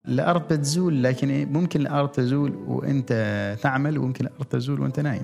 الأرض بتزول، لكن ممكن الأرض تزول وأنت تعمل، وممكن الأرض تزول وأنت نايم.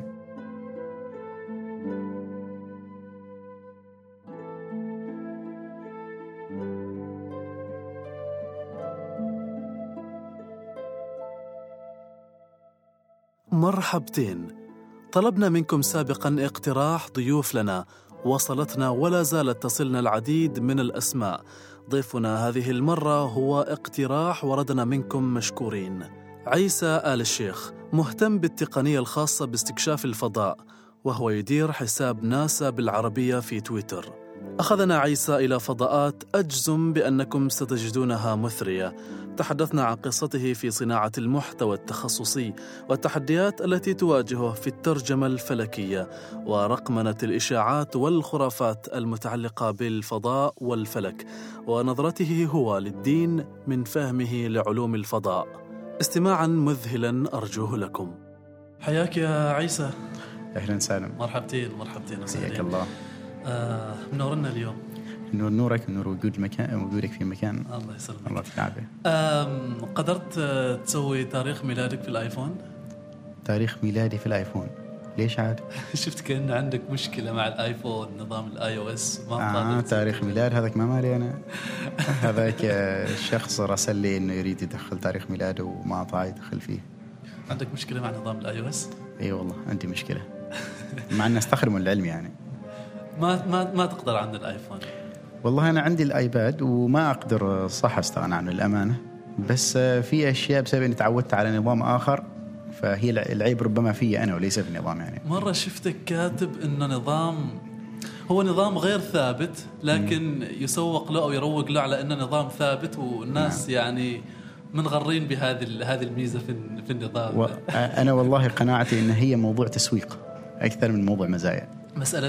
مرحبتين. طلبنا منكم سابقا اقتراح ضيوف لنا، وصلتنا ولا زالت تصلنا العديد من الأسماء. ضيفنا هذه المرة هو اقتراح وردنا منكم مشكورين. عيسى آل الشيخ مهتم بالتقنية الخاصة باستكشاف الفضاء، وهو يدير حساب ناسا بالعربية في تويتر. أخذنا عيسى إلى فضاءات أجزم بأنكم ستجدونها مثرية. تحدثنا عن قصته في صناعة المحتوى التخصصي والتحديات التي تواجهه في الترجمة الفلكية ورقمنة الإشاعات والخرافات المتعلقة بالفضاء والفلك، ونظرته هو للدين من فهمه لعلوم الفضاء. استماعا مذهلا أرجوه لكم. حياك يا عيسى. أهلا سالم. مرحبتين وسهلا. حياك الله. منورنا اليوم. نورك ونور وجودك في مكان. الله يسلمك. الله يعافيك. قدرت تسوي تاريخ ميلادك في الآيفون؟ تاريخ ميلادي في الآيفون؟ ليش عاد؟ شفت كأن عندك مشكلة مع الآيفون، نظام iOS ما تاريخ ميلاد هذاك ما مالي أنا. هذاك الشخص رسل لي إنه يريد يدخل تاريخ ميلاده وما أطاع يدخل فيه. عندك مشكلة مع نظام iOS؟ أي والله عندي مشكلة. مع أن أستخدم العلم يعني. ما تقدر عن الآيفون؟ والله أنا عندي الآيباد وما أقدر صح أستغنى عنه الأمانة، بس في أشياء بسبب أني تعودت على نظام آخر، فهي العيب ربما فيه أنا وليس في النظام يعني. مرة شفتك كاتب إنه هو نظام غير ثابت، لكن يسوق له أو يروج له على إنه نظام ثابت، والناس يعني منغرين بهذه الميزة في النظام. أنا والله قناعتي إن هي موضوع تسويق أكثر من موضوع مزايا. مسألة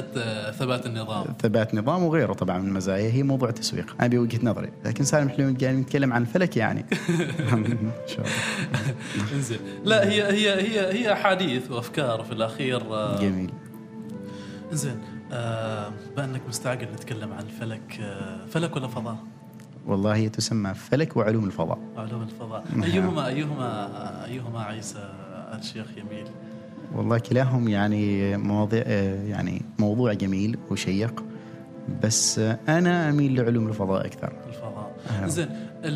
ثبات نظام وغيره طبعا من المزايا، هي موضوع تسويق. أنا بوجهة نظري، لكن سالم حلو قاعد نتكلم عن الفلك يعني. إن شاء الله. إنزين. لا هي حديث وأفكار في الأخير. جميل. إنزين. بأنك مستعجل نتكلم عن الفلك. فلك ولا فضاء؟ والله هي تسمى فلك وعلوم الفضاء. علوم الفضاء. أيهما عيسى الشيخ يميل؟ والله كلاهم يعني مواضيع، يعني موضوع جميل وشيق، بس أنا أميل لعلوم الفضاء أكثر. الفضاء. زين.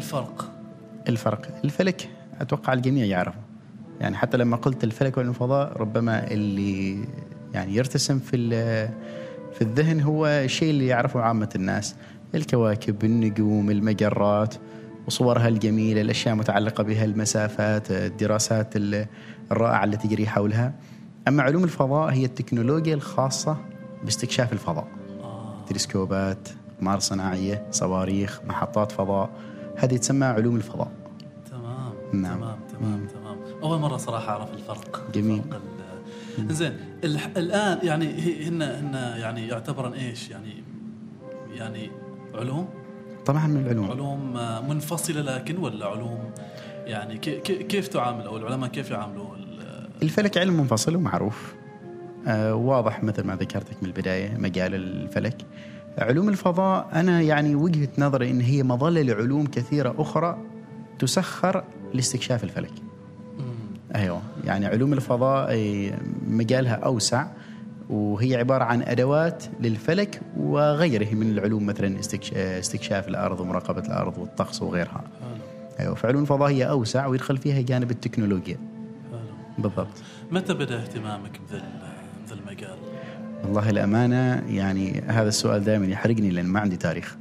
الفرق الفلك أتوقع الجميع يعرفه يعني، حتى لما قلت الفلك وعلوم الفضاء ربما اللي يعني يرتسم في الذهن هو الشيء اللي يعرفه عامة الناس: الكواكب، النجوم، المجرات وصورها الجميلة، الأشياء المتعلقة بها، المسافات، الدراسات الرائعة التي تجري حولها. أما علوم الفضاء هي التكنولوجيا الخاصة باستكشاف الفضاء. تلسكوبات، أقمار صناعية، صواريخ، محطات فضاء، هذه تسمى علوم الفضاء. تمام. نعم. تمام. أول مرة صراحة أعرف الفرق. جميل. زين. الآن يعني هن يعني يعتبرن إيش يعني علوم؟ طبعا من العلوم. علوم منفصلة، لكن ولا علوم يعني كيف تعامل، أو العلماء كيف يعاملوا الفلك؟ علم منفصل ومعروف، واضح مثل ما ذكرتك من البداية مجال الفلك. علوم الفضاء أنا يعني وجهة نظري إن هي مظلة لعلوم كثيرة أخرى تسخر لاستكشاف الفلك. أيوة، يعني علوم الفضاء مجالها أوسع، وهي عبارة عن أدوات للفلك وغيره من العلوم، مثلا استكشاف الأرض ومراقبة الأرض والطقس وغيرها. أيوة، فعلوم الفضاء هي أوسع ويدخل فيها جانب التكنولوجيا. بالضبط. متى بدأ اهتمامك بذا المجال؟ والله الأمانة يعني هذا السؤال دائما يحرقني، لأن ما عندي تاريخ.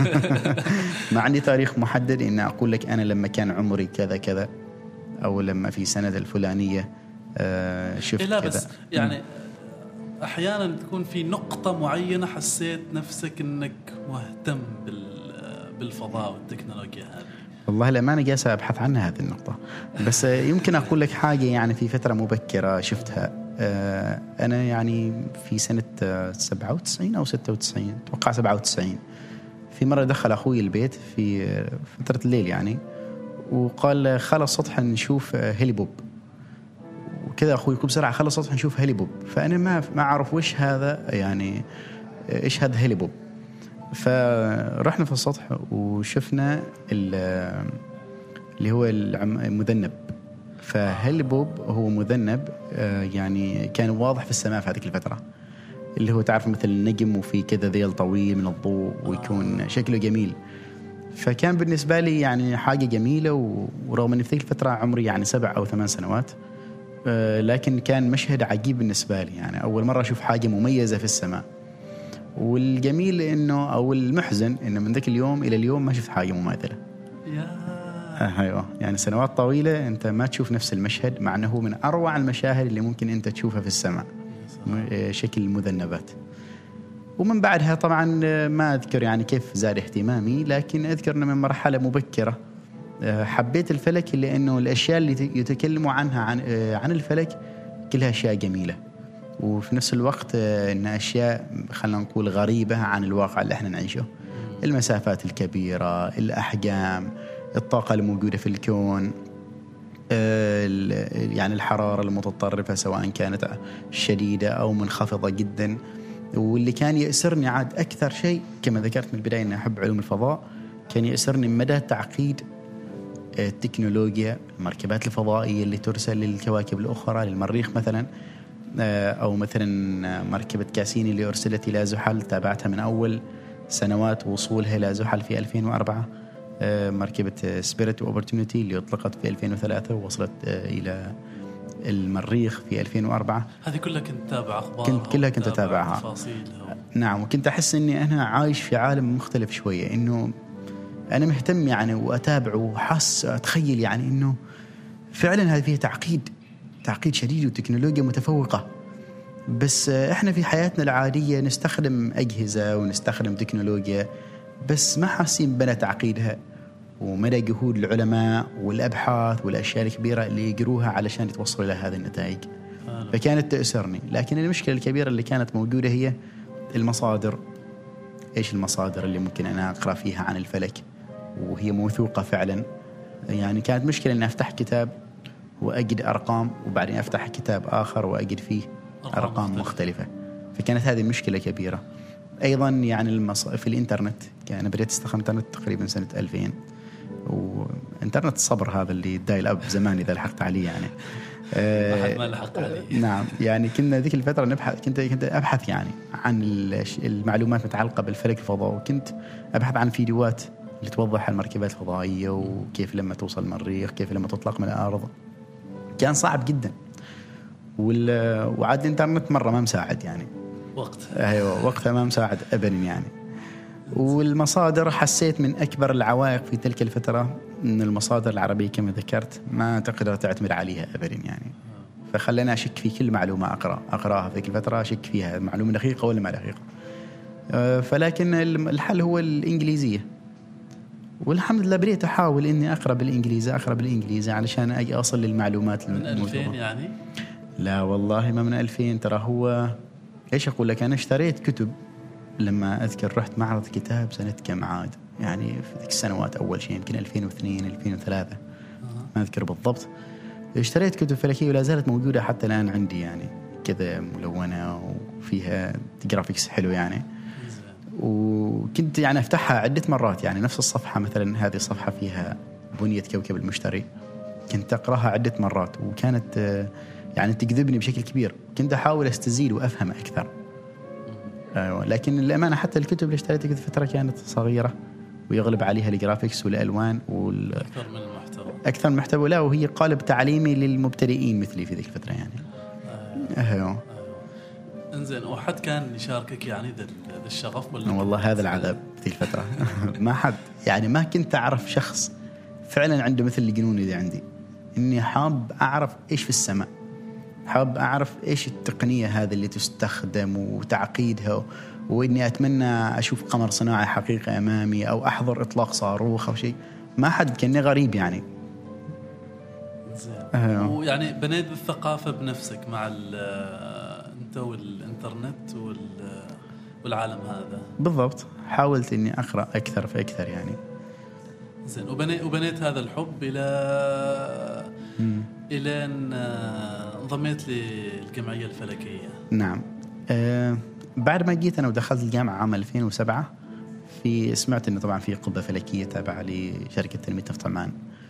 ما عندي تاريخ محدد إن أقول لك أنا لما كان عمري كذا كذا، أو لما في سنة الفلانية شفت كذا. بس يعني أحيانا تكون في نقطة معينة حسيت نفسك أنك مهتم بالفضاء والتكنولوجيا هذه. والله الأمانة جالس أبحث عنها هذه النقطة، بس يمكن أقول لك حاجة يعني في فترة مبكرة شفتها. أنا يعني في سنة 97 أو 96، أتوقع 97، في مرة دخل أخوي البيت في فترة الليل يعني، وقال خلص سطح نشوف هيليبوب وكذا. أخوي يقول بسرعة خلص سطح نشوف هيليبوب، فأنا ما أعرف وش هذا يعني، إيش هذا هيليبوب. فرحنا في السطح وشفنا اللي هو المذنب. فهالبوب هو مذنب يعني كان واضح في السماء في هذيك الفترة، اللي هو تعرف مثل النجم وفي كذا ذيل طويل من الضوء ويكون شكله جميل. فكان بالنسبة لي يعني حاجة جميلة، ورغم أني في ذيك الفترة عمري يعني 7 أو 8 سنوات، لكن كان مشهد عجيب بالنسبة لي، يعني أول مرة أشوف حاجة مميزة في السماء. والجميل إنه أو المحزن إنه من ذاك اليوم إلى اليوم ما شفت حاجة مماثلة. أيوة، يعني سنوات طويلة أنت ما تشوف نفس المشهد، مع أنه هو من أروع المشاهد اللي ممكن أنت تشوفها في السماء، شكل المذنبات. ومن بعدها طبعا ما أذكر يعني كيف زاد اهتمامي، لكن أذكر أنه من مرحلة مبكرة حبيت الفلك، لأنه الأشياء اللي يتكلموا عنها عن الفلك كلها أشياء جميلة، وفي نفس الوقت إن أشياء خلينا نقول غريبة عن الواقع اللي احنا نعيشه. المسافات الكبيرة، الأحجام، الطاقة الموجودة في الكون، يعني الحرارة المتطرفة سواء كانت شديدة أو منخفضة جدا. واللي كان يأسرني عاد أكثر شيء كما ذكرت من البداية أني أحب علوم الفضاء، كان يأسرني مدى تعقيد التكنولوجيا، المركبات الفضائية اللي ترسل للكواكب الأخرى، للمريخ مثلا، أو مثلا مركبة كاسيني اللي أرسلت إلى زحل، تابعتها من أول سنوات وصولها إلى زحل في 2004. مركبة سبيريت وأوبورتونيتي اللي أطلقت في 2003 ووصلت إلى المريخ في 2004. هذه كلها كنت تتابع أخبارها؟ كلها كنت أتابعها. نعم، وكنت أحس أني أنا عايش في عالم مختلف شوية، إنه أنا مهتم يعني وأتابع وحاس أتخيل يعني إنه فعلا هذه فيها تعقيد شديد وتكنولوجيا متفوقة. بس إحنا في حياتنا العادية نستخدم أجهزة ونستخدم تكنولوجيا، بس ما حاسين بنا تعقيدها ومدى جهود العلماء والأبحاث والأشياء الكبيرة اللي يقروها علشان يتوصلوا إلى هذه النتائج. فكانت تأسرني. لكن المشكلة الكبيرة اللي كانت موجودة هي المصادر. إيش المصادر اللي ممكن أنا أقرأ فيها عن الفلك وهي موثوقة فعلا؟ يعني كانت مشكلة أن أفتح كتاب وأجد أرقام، وبعدين أفتح كتاب آخر وأجد فيه أرقام مختلفة. فكانت هذه مشكلة كبيرة. أيضا يعني في الإنترنت، أنا بديت أستخدم الإنترنت تقريبا سنة 2000، وإنترنت الصبر هذا اللي الدايل أب زمان إذا لحقت عليه يعني ما لحقت عليه. نعم، يعني كنا ذيك الفترة كنت أبحث يعني عن المعلومات متعلقة بالفلك الفضاء، وكنت أبحث عن فيديوهات اللي توضح المركبات الفضائية وكيف لما توصل المريخ، كيف لما تطلق من الأرض. كان صعب جدا، وعاد الإنترنت مرة ما مساعد يعني وقتها ما مساعد أبدا يعني. والمصادر حسيت من أكبر العوائق في تلك الفترة من المصادر العربية كما ذكرت، ما تقدر تعتمد عليها أبدا يعني. فخلينا أشك في كل معلومة أقرأها في تلك الفترة، أشك فيها معلومة دقيقة ولا ما دقيقة. فلكن الحل هو الإنجليزية، والحمد لله بديت أحاول إني أقرأ بالإنجليزي علشان أجي أصل للمعلومات. من 2000 يعني؟ لا والله ما من 2000. ترى هو إيش أقول لك، أنا اشتريت كتب لما أذكر رحت معرض كتاب سنة كم عاد يعني في ذيك السنوات، أول شيء يمكن 2002 2003 ما أذكر بالضبط. اشتريت كتب فلكية ولا زالت موجودة حتى الآن عندي، يعني كذا ملونة وفيها جرافيكس حلو يعني. وكنت يعني أفتحها عدة مرات، يعني نفس الصفحة مثلا، هذه الصفحة فيها بنية كوكب المشتري، كنت أقرأها عدة مرات وكانت يعني تجذبني بشكل كبير. كنت أحاول أستزيد وأفهم أكثر. لكن الأمانة حتى الكتب اللي اشتريتها في فترة كانت صغيرة ويغلب عليها الجرافيكس والألوان أكثر من المحتوى. لا، وهي قالب تعليمي للمبتدئين مثلي في ذيك الفترة يعني. انزين، وحد كان يشاركك يعني ذا الشغف ولا؟ والله هذا العذاب في الفترة ما حد يعني، ما كنت أعرف شخص فعلا عنده مثل الجنون اللي عندي، إني حاب أعرف إيش في السماء، حاب أعرف إيش التقنية هذه اللي تستخدم وتعقيدها، وإني أتمنى أشوف قمر صناعي حقيقي أمامي أو أحضر إطلاق صاروخ أو شيء. ما حد كأني غريب يعني. ويعني بنيت بالثقافة بنفسك مع أنت والإنترنت والعالم هذا. بالضبط، حاولت إني أقرأ أكثر فأكثر يعني. زين، وبنيت هذا الحب إلى أن انضميت للجمعية الفلكية. نعم. بعد ما جيت أنا ودخلت الجامعة عام 2007 سمعت إنه طبعا في قبة فلكية تابعة لشركة تنمية نفط عمان،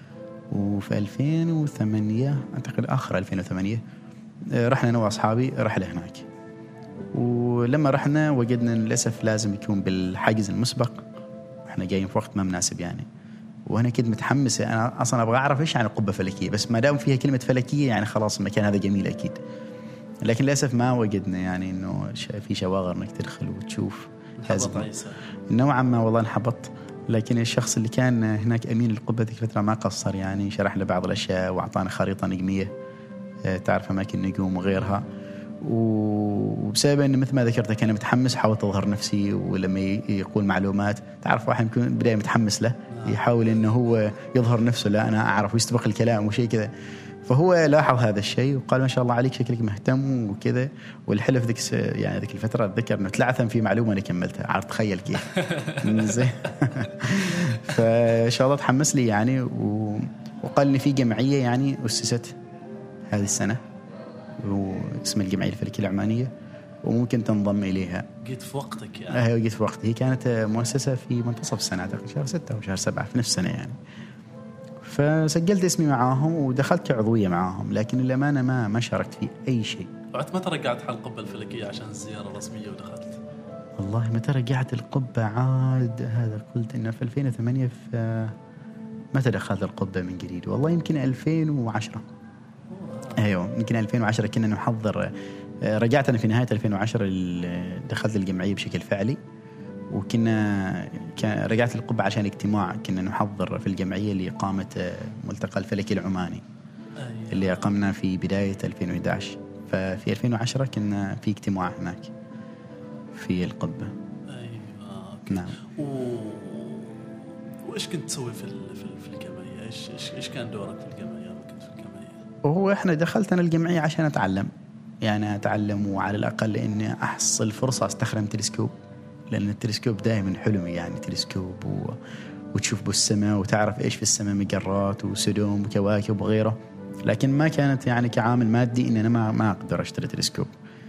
وفي 2008 أعتقد آخر 2008 رحنا أنا وأصحابي رحلة هناك. ولما رحنا وجدنا للأسف لازم يكون بالحجز المسبق، احنا جايين في وقت ما مناسب يعني. وأنا كنت متحمس، أنا أصلا أبغى أعرف إيش يعني قبة فلكية، بس ما دام فيها كلمة فلكية يعني خلاص المكان هذا جميل أكيد. لكن للأسف ما وجدنا يعني إنه في شواغر إنك تدخل وتشوف. نوعا ما والله انحبط. لكن الشخص اللي كان هناك أمين القبة ذيك الفترة ما قصر يعني، شرح لي بعض الأشياء وأعطانا خريطة نجمية تعرف أماكن النجوم وغيرها. وبسبب أن مثل ما ذكرت كان متحمس حاولت أظهر نفسي، ولما يقول معلومات تعرف واحد يكون بداية متحمس له يحاول أنه هو يظهر نفسه، لا أنا أعرف ويستبق الكلام وشيء كذا. فهو لاحظ هذا الشيء وقال ما شاء الله عليك شكلك مهتم وكذا. والحلف ذيك الفترة أتذكر أنه تلعثم في معلومة أنا كملتها، عارف تخيل كيف زين. فإن شاء الله تحمس لي يعني وقال لي في جمعية يعني أسست هذه السنة واسم الجمعية الفلكية العمانية وممكن تنضم إليها. جيت في وقتك يعني. جيت في وقتي. هي كانت مؤسسة في منتصف السنة أعتقد شهر 6 أو شهر 7 في نفس السنة يعني. فسجلت اسمي معاهم ودخلت كعضوية معاهم، لكن الأمانة ما شاركت في أي شيء. وقت متى رجعت على القبة الفلكية عشان الزيارة الرسمية ودخلت؟ والله متى رجعت القبة عاد هذا قلت إنه في 2008 في متى دخلت القبة من جديد؟ والله يمكن 2010. أيوة يمكن 2010 كنا نحضر. رجعت أنا في نهاية 2010 دخلت الجمعية بشكل فعلي، وكنا رجعت القبة عشان اجتماع كنا نحضر في الجمعية لإقامة ملتقى الفلكي العماني اللي أقمنا في بداية 2011. ففي 2010 كنا في اجتماع هناك في القبة. أيوة. نعم. وإيش كنت تسوي في الجمعية؟ إيش كان دورك في الجمعية؟ كنت في الجمعية؟ وهو إحنا دخلت أنا الجمعية عشان أتعلم، يعني أتعلم وعلى الأقل إني أحصل فرصة أستخدم تلسكوب، لأن التلسكوب دائما حلمي يعني تلسكوب وتشوف بالسماء وتعرف إيش في السماء مجرات وسدوم وكواكب وغيره. لكن ما كانت يعني كعامل مادي إن أنا ما أقدر أشتري تلسكوب.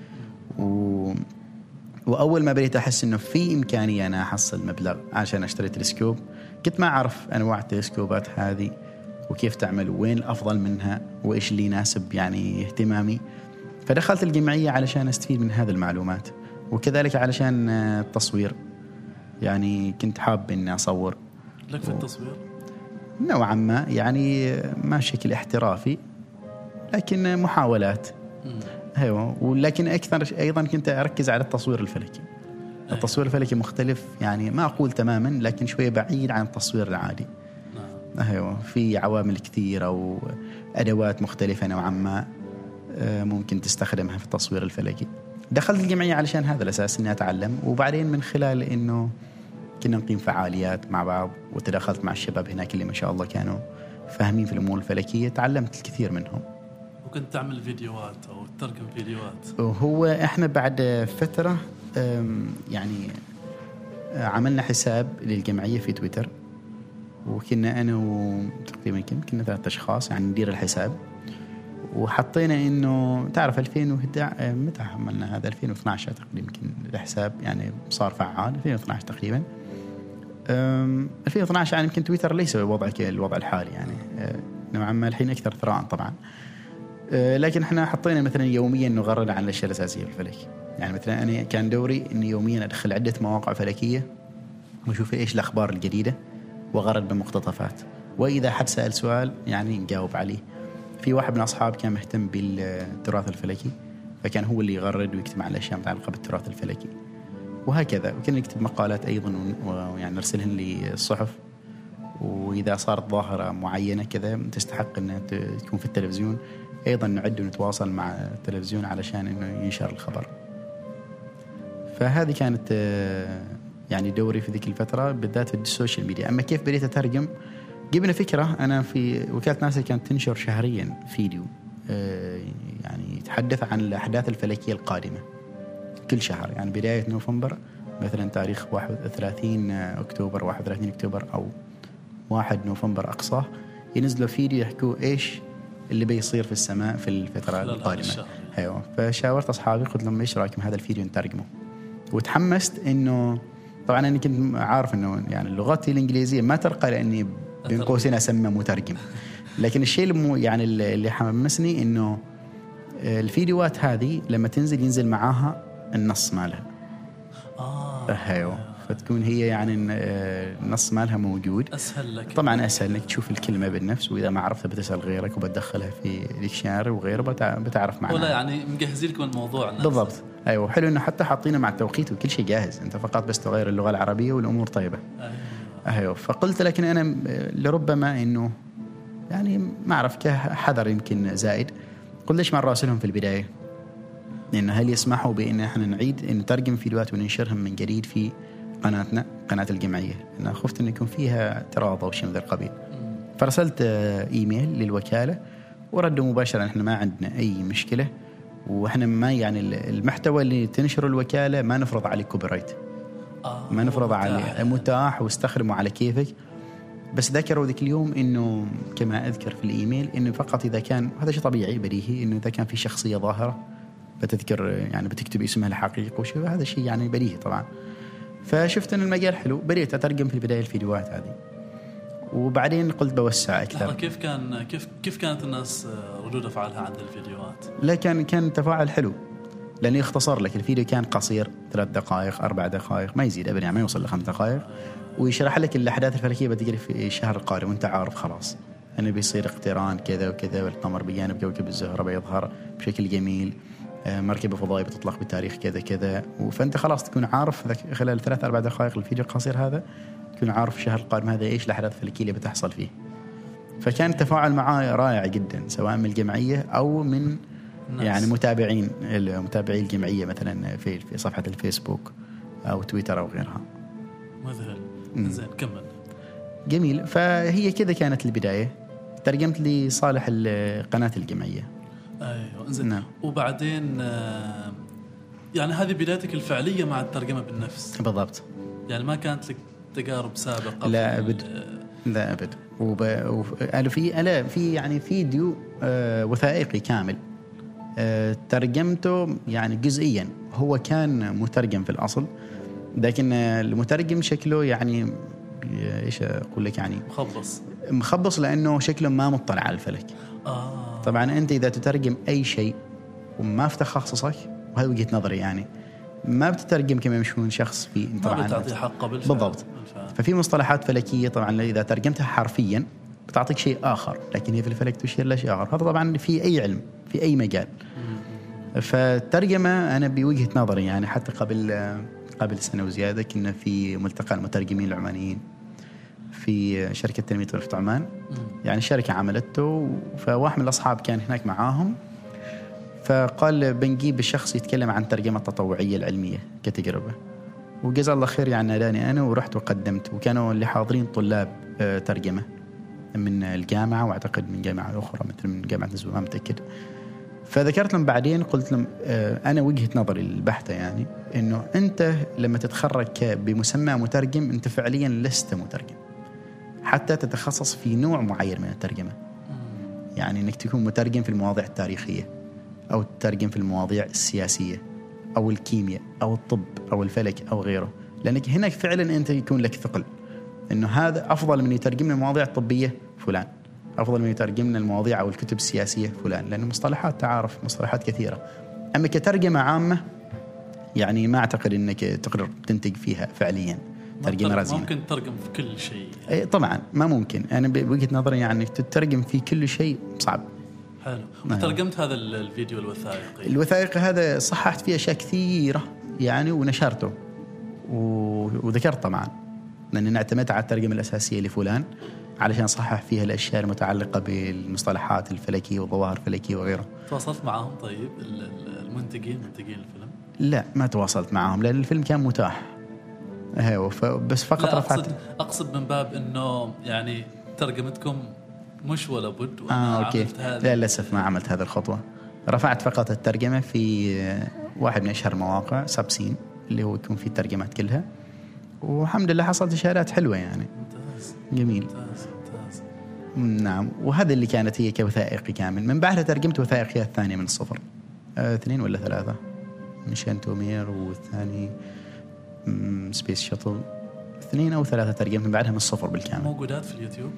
وأول ما بديت أحس إنه في إمكانية أنا أحصل مبلغ عشان أشتري تلسكوب، كنت ما أعرف أنواع التلسكوبات هذه وكيف تعمل وين الأفضل منها وإيش اللي يناسب يعني اهتمامي. فدخلت الجمعية علشان أستفيد من هذه المعلومات، وكذلك علشان التصوير يعني كنت حاب إني أصور. لك في التصوير؟ نوعا ما يعني ما بشكل احترافي لكن محاولات. أيوة. ولكن أكثر أيضا كنت أركز على التصوير الفلكي. التصوير الفلكي مختلف يعني ما أقول تماما لكن شوية بعيد عن التصوير العادي. أيوة. في عوامل كثيرة وأدوات مختلفة نوعا ما ممكن تستخدمها في التصوير الفلكي. دخلت الجمعية علشان هذا الأساس إني أتعلم، وبعدين من خلال إنه كنا نقيم فعاليات مع بعض وتدخلت مع الشباب هناك اللي ما شاء الله كانوا فاهمين في الأمور الفلكية، تعلمت الكثير منهم. وكنت تعمل فيديوهات أو تركب فيديوهات؟ وهو إحنا بعد فترة يعني عملنا حساب للجمعية في تويتر، وكنا أنا وتقريبا كنا 3 أشخاص يعني ندير الحساب، وحطينا إنه تعرف 2011 متى عملنا هذا 2012 تقريبا يمكن الحساب يعني صار فعال 2012 تقريبا. 2012 يعني يمكن تويتر ليس الوضع الحالي يعني نوعا ما الحين أكثر ثراء طبعا. لكن احنا حطينا مثلا يوميا نغرد عن الأشياء الأساسية في الفلك. يعني مثلا أنا كان دوري إني يوميا أدخل عدة مواقع فلكية وأشوف إيش الأخبار الجديدة وغرد بمقتطفات، وإذا حد سأل سؤال يعني نجاوب عليه. في واحد من أصحاب كان مهتم بالتراث الفلكي فكان هو اللي يغرد ويكتب على الأشياء متعلقة بالتراث الفلكي وهكذا. وكنا نكتب مقالات أيضا ويعني نرسلهن للصحف، وإذا صارت ظاهرة معينة كذا تستحق أنها تكون في التلفزيون أيضا نعد ونتواصل مع التلفزيون علشان أنه ينشر الخبر. فهذه كانت يعني دوري في ذيك الفترة بالذات في السوشيال ميديا. أما كيف بديت أترجم، جبنا فكرة. أنا في وكالة ناسا كانت تنشر شهريا فيديو يعني يتحدث عن الأحداث الفلكية القادمة كل شهر، يعني بداية نوفمبر مثلا تاريخ 31 أكتوبر 31 أكتوبر أو 1 نوفمبر أقصاه ينزلوا فيديو يحكوا إيش اللي بيصير في السماء في الفترة القادمة. أيوة. فشاورت أصحابي قلت لهم إيش رأيكم هذا الفيديو نترجمه، وتحمست إنه طبعا أنا كنت عارف إنه يعني اللغتي الإنجليزية ما ترقى لأني بين قوسين أسمى مترجم لكن الشيء يعني اللي حمسني إنه الفيديوهات هذه لما تنزل ينزل معاها النص مالها. أيوه، فتكون هي يعني النص مالها موجود. أسهل لك طبعا أسهل لك تشوف الكلمة بالنفس، وإذا ما عرفتها بتسأل غيرك وبتدخلها في ديكشناري وغيره بتعرف معناها. ولا يعني مجهزين لكم الموضوع نفسه. بالضبط. أيوه، حلو إنه حتى حاطينه مع التوقيت وكل شيء جاهز، أنت فقط بس تغير اللغة العربية والأمور طيبة. أيوه. فقلت لكن أنا لربما إنه يعني ما أعرف كحذر يمكن زائد، قلت ليش ما نراسلهم في البداية، لأنه هل يسمحوا بأن احنا نعيد إن نترجم فيديوهات وننشرهم من جديد في قناتنا قناة الجمعية. أنا خفت إن يكون فيها اعتراض أو شيء من ذا القبيل. فرسلت إيميل للوكالة وردوا مباشرة إحنا ما عندنا أي مشكلة، وإحنا ما يعني المحتوى اللي تنشره الوكالة ما نفرض عليه كوبيرايت، ما نفرض عليه، متاح واستخدمه على كيفك. بس ذكروا ذيك اليوم إنه كما أذكر في الإيميل إنه فقط إذا كان، هذا شيء طبيعي بديهي، إنه إذا كان في شخصية ظاهرة بتذكر يعني بتكتب اسمها الحقيقي وشو، هذا شيء يعني بديهي طبعا. فشفت إن المجال حلو، بديت أترجم في البداية الفيديوهات هذه، وبعدين قلت بوسع أكثر. كيف كانت الناس ردود أفعالها عند الفيديوهات؟ لا كان تفاعل حلو، لأنه يختصر لك الفيديو، كان قصير 3 دقائق 4 دقائق ما يزيد أبدا، يعني ما يوصل ل5 دقائق، ويشرح لك الأحداث الفلكية بتجري في الشهر القادم وأنت عارف خلاص أنه بيصير اقتران كذا وكذا، والقمر بجانب كوكب الزهرة بيظهر بشكل جميل، مركبة فضائية بتطلق بتاريخ كذا كذا، فأنت خلاص تكون عارف خلال 3-4 دقائق الفيديو القصير هذا تكون عارف الشهر القادم هذا إيش الأحداث الفلكية اللي بتحصل فيه. فكان التفاعل معاه رائع جدا، سواء من الجمعية أو من يعني متابعي الجمعية مثلا في صفحة الفيسبوك أو تويتر أو غيرها. مذهل. زين كمل. جميل. فهي كذا كانت البداية، ترجمت لصالح قناة الجمعية. أيوة. زين. نعم. وبعدين يعني هذه بدايتك الفعلية مع الترجمة بالنفس. بالضبط. يعني ما كانت لك تجارب سابقة؟ لا أبد. لا أبد. قالوا في يعني فيديو وثائقي كامل ترجمته يعني جزئيا، هو كان مترجم في الأصل، لكن المترجم شكله يعني إيش أقول لك يعني مخبص لأنه شكله ما مطلع على الفلك. طبعا أنت إذا تترجم أي شيء وما في تخصصك، وهذا وجهة نظري يعني، ما بتترجم كما يمشون شخص في طبعا تعطي حقه بالفعل. بالضبط. ففي مصطلحات فلكية طبعا إذا ترجمتها حرفيا بتعطيك شيء آخر، لكن هي في الفلك تشير لشيء آخر. هذا طبعا في أي علم في أي مجال. فالترجمة أنا بوجهة نظري يعني حتى قبل سنة وزيادة كنا في ملتقى المترجمين العمانيين في شركة تنمية ونفط عمان، يعني الشركة عملته، فواحد من الأصحاب كان هناك معاهم، فقال بنجيب الشخص يتكلم عن ترجمة التطوعية العلمية كتجربة، وجزاه الله خير يعني ناداني أنا ورحت وقدمت، وكانوا اللي حاضرين طلاب ترجمة من الجامعة، واعتقد من جامعة أخرى مثل من جامعة نزوة ما متأكد. فذكرت لهم بعدين، قلت لهم أنا وجهة نظري البحتة يعني إنه أنت لما تتخرج بمسمى مترجم أنت فعليا لست مترجم حتى تتخصص في نوع معين من الترجمة. يعني إنك تكون مترجم في المواضيع التاريخية، أو تترجم في المواضيع السياسية أو الكيمياء أو الطب أو الفلك أو غيره، لأنك هناك فعلا أنت يكون لك ثقل إنه هذا أفضل من يترجمنا المواضيع الطبية فلان، أفضل من يترجمنا المواضيع أو الكتب السياسية فلان، لأن مصطلحات تعارف مصطلحات كثيرة. أما كترجمة عامة يعني ما أعتقد أنك تقدر تنتج فيها فعليا ترجمة رزينة. ممكن تترجم في كل شيء؟ طبعا ما ممكن. أنا بوجهة نظري يعني تترجم في كل شيء صعب. حلو. وترجمت هذا الفيديو الوثائقي هذا صححت فيه أشياء كثيرة يعني ونشرته، وذكرت طبعا لأنني اعتمدت على الترجمة الأساسية لفلان علشان صحح فيها الأشياء المتعلقة بالمصطلحات الفلكية وظواهر الفلكية وغيره. تواصلت معهم طيب منتجين الفيلم؟ لا ما تواصلت معهم لأن الفيلم كان متاح. بس فقط رفعت. أقصد من باب إنه يعني ترجمتكم مش ولا بد. أوكي. لا للأسف ما عملت هذه الخطوة. رفعت فقط الترجمة في واحد من أشهر مواقع سابسين اللي هو يكون فيه الترجمات كلها، والحمد لله حصلت إشارات حلوة يعني. ممتاز. جميل. ممتاز. نعم. وهذا اللي كانت هي كوثائقي كامل. من بعدها ترجمت وثائقيات ثانية من الصفر، 2 ولا 3، ميشن تومير، والثاني سبيس شاتل، 2 أو 3 ترجمت من بعدها من الصفر بالكامل. موجودات في اليوتيوب؟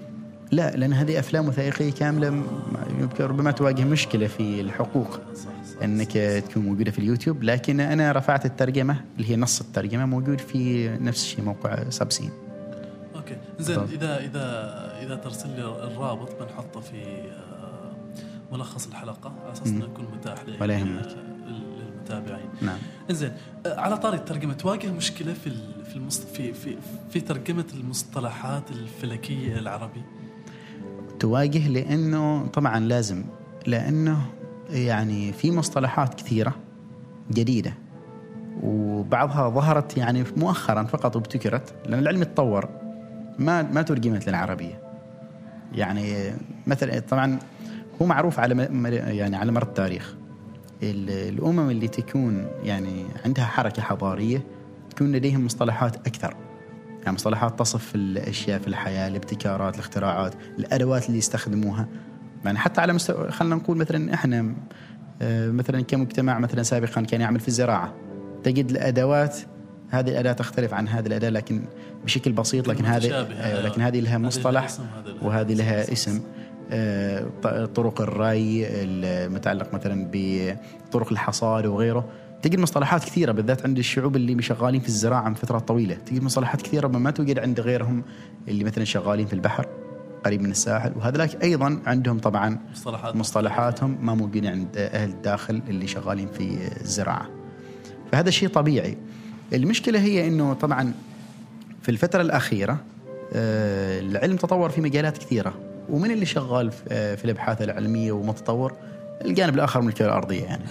لا، لأن هذه أفلام وثائقية كاملة ربما تواجه مشكلة في الحقوق أنك تكون موجودة في اليوتيوب، لكن أنا رفعت الترجمة اللي هي نص الترجمة موجود في نفس الشيء موقع سبسين. أوكي زين. إذا ترسل لي الرابط بنحطه في ملخص الحلقة على أساس إنه يكون متاح للمتابعين. نعم. إنزين، على طاري الترجمة تواجه مشكلة في ترجمة المصطلحات الفلكية العربي؟ تواجه، لأنه طبعا لازم، لأنه يعني في مصطلحات كثيرة جديدة وبعضها ظهرت يعني مؤخرا فقط وابتكرت، لأن العلم يتطور، ما ترجمت للعربية. يعني مثلا طبعا هو معروف على مر التاريخ الأمم اللي تكون يعني عندها حركة حضارية تكون لديهم مصطلحات أكثر، يعني مصطلحات تصف الأشياء في الحياة، الابتكارات، الاختراعات، الأدوات اللي يستخدموها. يعني حتى على مستوى، خلنا نقول مثلا إحنا مثلا كمجتمع مثلا سابقا كان يعمل في الزراعة، تجد الأدوات، هذه الأداة تختلف عن هذه الأداة لكن بشكل بسيط، لكن هذه لها مصطلح وهذه لها اسم. طرق الري المتعلق مثلا بطرق الحصاد وغيره، تجد مصطلحات كثيرة بالذات عند الشعوب اللي شغالين في الزراعة من فترات طويلة، تجد مصطلحات كثيرة ما توجد عند غيرهم اللي مثلا شغالين في البحر قريب من الساحل، وهذولاك أيضا عندهم طبعا مصطلحاتهم ما موجودين عند أهل الداخل اللي شغالين في الزراعة. فهذا شيء طبيعي. المشكلة هي إنه طبعا في الفترة الأخيرة العلم تطور في مجالات كثيرة، ومن اللي شغال في الأبحاث العلمية ومتطور الجانب الآخر من الكرة الأرضية يعني.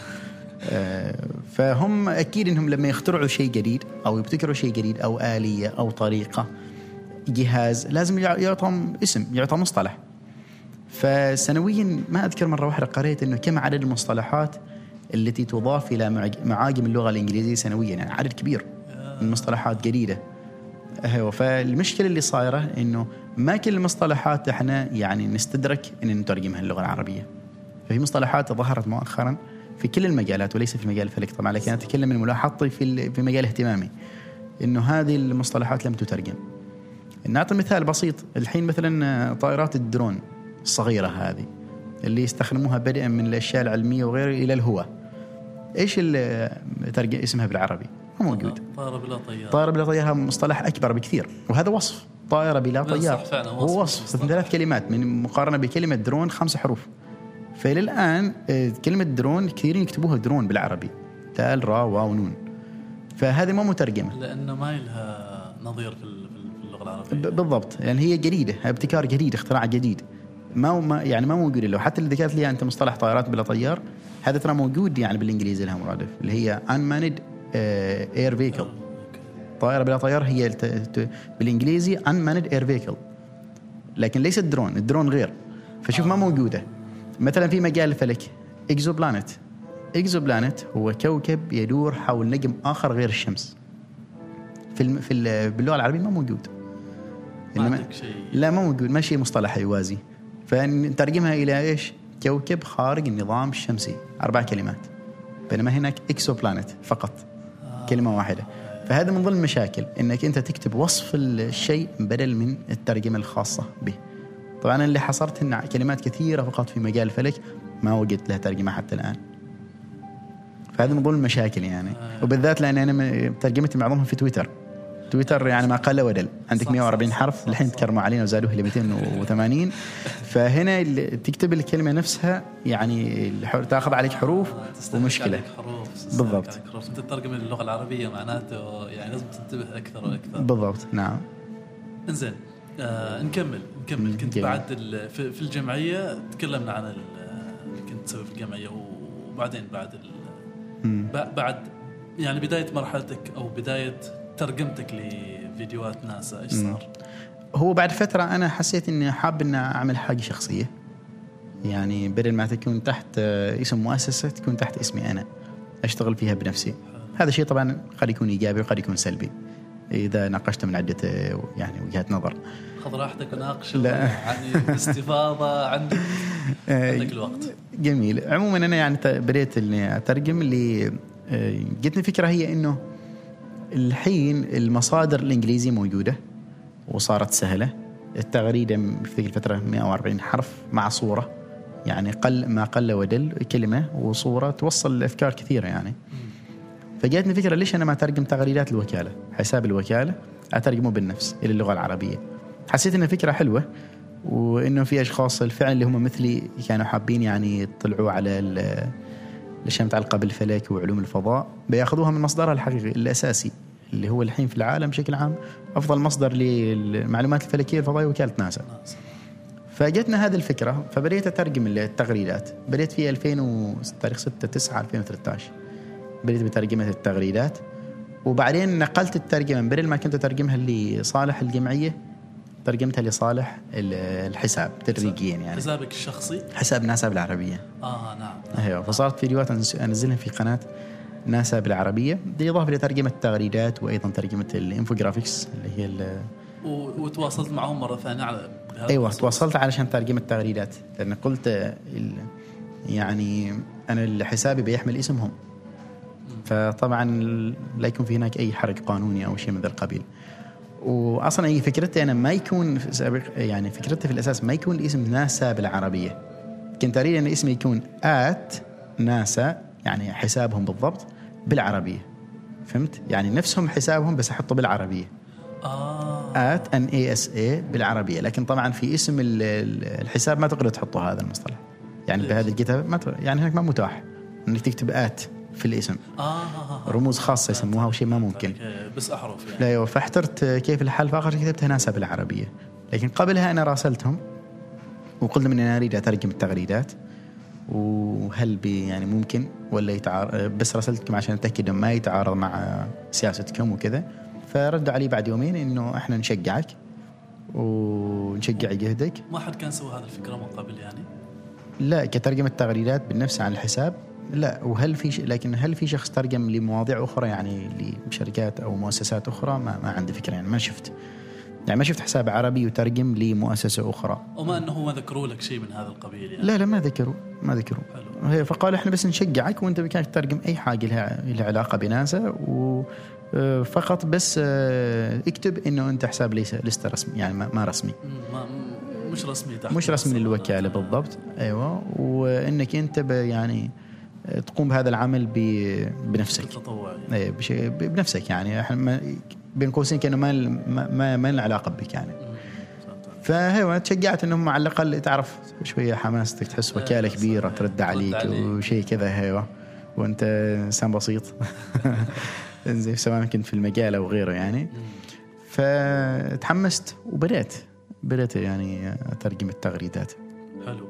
فهم أكيد إنهم لما يخترعوا شيء جديد أو يبتكروا شيء جديد أو آلية أو طريقة جهاز، لازم يعطهم اسم، يعطى مصطلح. فسنويا ما أذكر مرة واحدة قريت إنه كم عدد المصطلحات التي تضاف إلى معاجم اللغة الإنجليزية سنويا، يعني عدد كبير من مصطلحات جديدة. فالمشكلة اللي صايرة إنه ما كل المصطلحات إحنا يعني نستدرك إن نترجمها اللغة العربية. ففي مصطلحات ظهرت مؤخرا في كل المجالات وليس في مجال الفلك طبعا، لكن أتكلم من ملاحظتي في مجال اهتمامي إنه هذه المصطلحات لم تترجم. نعطي مثال بسيط، الحين مثلا طائرات الدرون الصغيرة هذه اللي يستخدموها بدءا من الأشياء العلمية وغيره إلى الهواء، إيش اللي ترجم اسمها بالعربي؟ ما موجود. طائرة بلا طيار. طائرة بلا طيار مصطلح أكبر بكثير، وهذا وصف. طائرة بلا طيار هو وصف 3 كلمات من مقارنة بكلمة درون 5 حروف. فللآن كلمة درون كثيرين يكتبوها درون بالعربي، تال را واو نون، فهذه ما مترجمة لأنه ما لها نظير في اللغة العربية. بالضبط، يعني هي جديدة، ابتكار جديد، اختراع جديد، ما موجود له. حتى اللي ذكرت لي أنت مصطلح طائرات بلا طيار، هذا ترى موجود يعني بالإنجليزي لها مرادف اللي هي unmanned air vehicle. طائرة بلا طيار هي بالإنجليزي unmanned air vehicle، لكن ليس الدرون غير. فشوف ما موجودة. مثلا في مجال الفلك إكزوبلانت هو كوكب يدور حول نجم آخر غير الشمس. باللغة العربية ما موجود. لا ما موجود، ما شيء مصطلح يوازي. فنترجمها إلى إيش؟ كوكب خارج النظام الشمسي، 4 كلمات، بينما هناك إكسوبلانت فقط كلمة واحدة. فهذا من ضمن المشاكل، إنك أنت تكتب وصف الشيء بدل من الترجمة الخاصة به. طبعا اللي حصرت إن كلمات كثيرة فقط في مجال الفلك ما وجدت لها ترجمة حتى الآن. فهذا من ضمن المشاكل يعني. وبالذات لأن أنا ترجمتي معظمهم في تويتر يعني ما قل ودل، عندك 140 حرف، الحين تكرموا علينا وزادوه ل 280. فهنا تكتب الكلمة نفسها يعني تأخذ عليك حروف ومشكلة. بالضبط. أنت تترجم اللغة العربية معناته يعني لازم تنتبه أكثر وأكثر. بالضبط نعم. إنزين نكمل. كنت بعد في الجمعية تكلمنا عن اللي كنت تسوي في الجمعية، وبعدين بعد يعني بداية مرحلتك أو بداية ترجمتك لفيديوهات ناسا، إيش صار؟ هو بعد فترة أنا حسيت إني حاب إن أعمل حاجة شخصية، يعني بدل ما تكون تحت اسم مؤسسة تكون تحت اسمي أنا، أشتغل فيها بنفسي. هذا شيء طبعا قد يكون إيجابي وقد يكون سلبي إذا ناقشت من عدة يعني وجهات نظر. خذ راحتك وناقش يعني باستفاضة عندك الوقت. جميل. عموما أنا يعني بديت إني أترجم. اللي جتني فكرة هي إنه الحين المصادر الإنجليزية موجودة وصارت سهلة، التغريدة في ذيك الفترة 140 حرف مع صورة، يعني ما قل ودل، كلمة وصورة توصل الأفكار كثيرة يعني. فجاتني فكرة ليش أنا ما أترجم تغريدات الوكالة، حساب الوكالة أترجمه بالنفس إلى اللغة العربية. حسيت إنه فكرة حلوة، وإنه في أشخاص الفعل اللي هم مثلي كانوا حابين يعني يطلعوا على الأشياء متعلقة بالفلك وعلوم الفضاء، بياخذوها من مصدرها الحقيقي الأساسي اللي هو الحين في العالم بشكل عام أفضل مصدر للمعلومات الفلكية الفضائية وكالة ناسا. فجتنا هذه الفكرة، فبديت أترجم التغريدات. بديت في تاريخ 6/9/2013 بديت بترجمة التغريدات، وبعدين نقلت الترجمة بدل ما كنت أترجمها لصالح الجمعية ترجمتها لصالح الحساب تدريجيا، يعني حسابك الشخصي، حساب ناسا بالعربية. نعم. أيوة، فصارت فيديوهات أنزلها في قناة ناسا بالعربية، بالإضافة لترجمة التغريدات وأيضا ترجمة الإنفوغرافيكس اللي هي وتواصلت معهم مرة ثانية على أيوة، تواصلت علشان ترجمة التغريدات، لأن قلت يعني أنا الحسابي بيحمل اسمهم، فطبعا لا يكون في هناك أي حرج قانوني أو شيء من ذا القبيل. وأصلا أي فكرتي أنا ما يكون يعني فكرتي في الأساس ما يكون الاسم ناسا بالعربية، كنت أريد أن اسمي يكون @ناسا، يعني حسابهم بالضبط بالعربية، فهمت؟ يعني نفسهم حسابهم بس أحطه بالعربية @NASA بالعربية. لكن طبعا في اسم الحساب ما تقدر تحطه هذا المصطلح، يعني بهذه الكتابة ما يعني هناك ما متاح انك تكتب في الاسم، رموز خاصة يسموها وشيء ما ممكن، بس أحرف يعني. لا، فاحترت كيف الحال، فآخر كتبتها ناسا بالعربية. لكن قبلها أنا راسلتهم وقلت لهم إن أنا أريد أترجم التغريدات، وهل يعني ممكن ولا يتعارض، بس راسلتكم عشان أتأكد ما يتعارض مع سياستكم وكذا. فردوا علي بعد يومين إنه إحنا نشجعك ونشجع جهدك. ما حد كان سوى هذا الفكرة من قبل يعني؟ لا، كترجمة التغريدات بالنفس عن الحساب لا. لكن هل في شخص ترجم لمواضيع أخرى يعني لشركات أو مؤسسات أخرى؟ ما عندي فكرة، يعني ما شفت حساب عربي يترجم لمؤسسة أخرى. وما أنه ما ذكروا لك شيء من هذا القبيل يعني؟ لا ما ذكروا. فقال إحنا بس نشجعك، وأنت بكانك تترجم أي حاجة لها علاقة بناسا، وفقط بس اكتب إنه أنت حساب ليس رسمي، يعني ما رسمي، مش رسمي للوكالة بالضبط. أيوة، وإنك أنت يعني تقوم بهذا العمل بنفسك، بنفسك، يعني احنا بين قوسين كأنه ما له علاقة بك يعني. فهو تشجعت انهم على الاقل تعرف شويه حماستك، تحس وكاله كبيره ترد عليك وشيء كذا، هيوه، وانت انسان بسيط زي سواء كنت في المجال او غيره يعني. فتحمست وبدأت يعني اترجم التغريدات. حلو.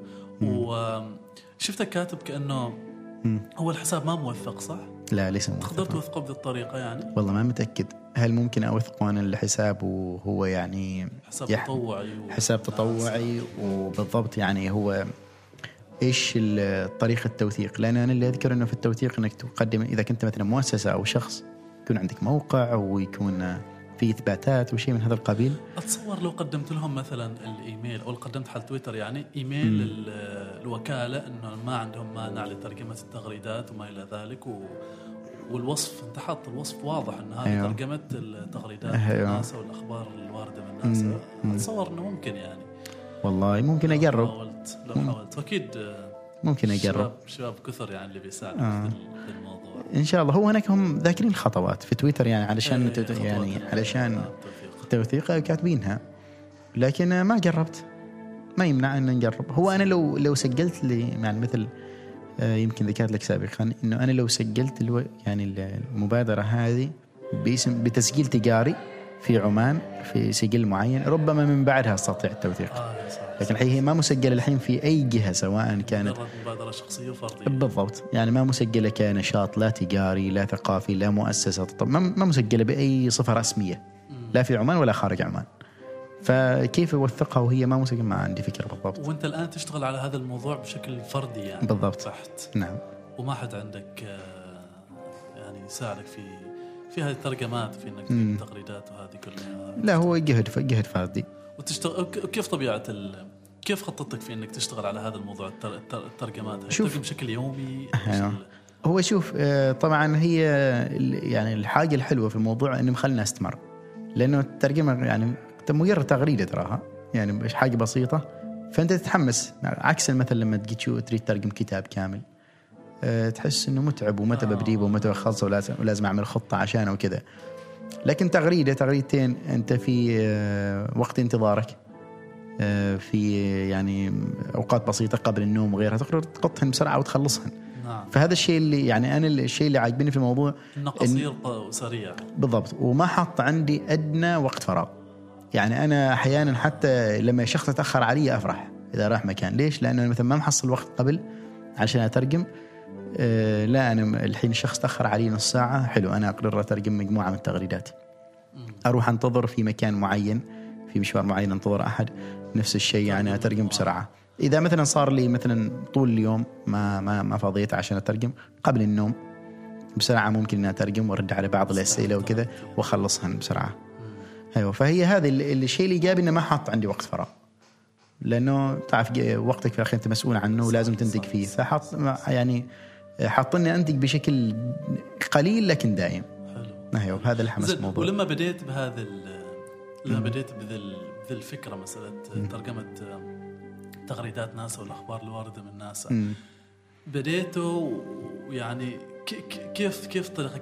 وشفتك كاتب كأنه هو الحساب ما موثق، صح؟ لا، ليس موثق. تقدر توثقه بهذه الطريقة يعني؟ والله ما متأكد هل ممكن أوثق أنا الحساب وهو يعني حساب تطوعي وبالضبط يعني هو إيش طريقة التوثيق. لأن أنا اللي أذكر أنه في التوثيق أنك تقدم، إذا كنت مثلا مؤسسة أو شخص، يكون عندك موقع ويكون في إثباتات وشيء من هذا القبيل. أتصور لو قدمت لهم مثلا الإيميل أو قدمت حال تويتر يعني إيميل الوكالة أنه ما عندهم مانع لترجمة التغريدات وما إلى ذلك، والوصف أنت حاط الوصف واضح أن هذه ترجمة التغريدات الناس والأخبار الواردة من الناس. أتصور أنه ممكن يعني. والله ممكن أجرب. لو حاولت أكيد ممكن أجرب. شباب كثر يعني اللي بيساعدوا في الموضوع إن شاء الله. هو هناك هم ذاكرين الخطوات في تويتر يعني علشان علشان التوثيق كاتبينها، لكن ما جربت. ما يمنع أن نجرب. هو أنا لو سجلت لي يعني مثل يمكن ذكرت لك سابقا إنه أنا لو سجلت يعني المبادرة هذه بتسجيل تجاري في عمان في سجل معين، ربما من بعدها استطيع التوثيق. لكن الحقيقة هي ما مسجلة الحين في أي جهة، سواء كانت مبادرة شخصية وفردية. بالضبط، يعني ما مسجلة كنشاط لا تجاري لا ثقافي لا مؤسسة، ما مسجلة بأي صفة رسمية لا في عمان ولا خارج عمان. فكيف أوثقها وهي ما مسجلة؟ ما عندي فكرة بالضبط. وأنت الآن تشتغل على هذا الموضوع بشكل فردي يعني؟ بالضبط بحت. نعم. وما حد عندك يعني يساعدك في هذه الترجمات، في انك تكتب تغريدات وهذه كلها؟ لا، هو جهد فردي. وتشتغل كيف طبيعة كيف خطتك في انك تشتغل على هذا الموضوع الترجمات؟ ترجم بشكل يومي؟ هو شوف، طبعا هي يعني الحاجة الحلوة في الموضوع انه مخلنا استمر، لانه الترجمة يعني مجرد تغريدة تراها يعني حاجة بسيطة فأنت تتحمس. عكس مثلا لما تجي تريد ترجم كتاب كامل تحس إنه متعب ومتى بجيبه ومتى بخلصه ولازم أعمل خطة عشانه وكذا. لكن تغريدتين أنت في وقت انتظارك في يعني أوقات بسيطة قبل النوم وغيرها تقدر تقطهن بسرعة وتخلصهن. فهذا الشيء اللي يعني أنا الشيء اللي عاجبني في الموضوع إنه قصير وسريع. بالضبط. وما حط عندي أدنى وقت فراغ. يعني أنا أحيانا حتى لما شخص يتأخر علي أفرح إذا راح مكان. ليش؟ لأنه مثلا ما محصل وقت قبل عشان أترجم. لا أنا الحين الشخص تأخر علي نص ساعة حلو أنا أقدر أترجم مجموعة من التغريدات. أروح أنتظر في مكان معين في مشوار معين أنتظر أحد نفس الشيء يعني أترجم بسرعة. إذا مثلا صار لي مثلا طول اليوم ما فضيت عشان أترجم قبل النوم بسرعة ممكن أن أترجم وأرد على بعض الأسئلة وكذا وأخلصهن بسرعة. أيوة. فهي هذا الشيء اللي إيجابي إنه ما حط عندي وقت فراغ لأنه تعرف وقتك في الأخير أنت مسؤول عنه ولازم تنتج فيه. فحط يعني حطني أنتج بشكل قليل لكن دائم. حلو. أيوة. هذا الحماس الموضوع. ولما بديت بهذا لما بديت بذل الفكرة مسألة ترجمة تغريدات ناسا والأخبار الواردة من ناسا بديته يعني كيف طريقة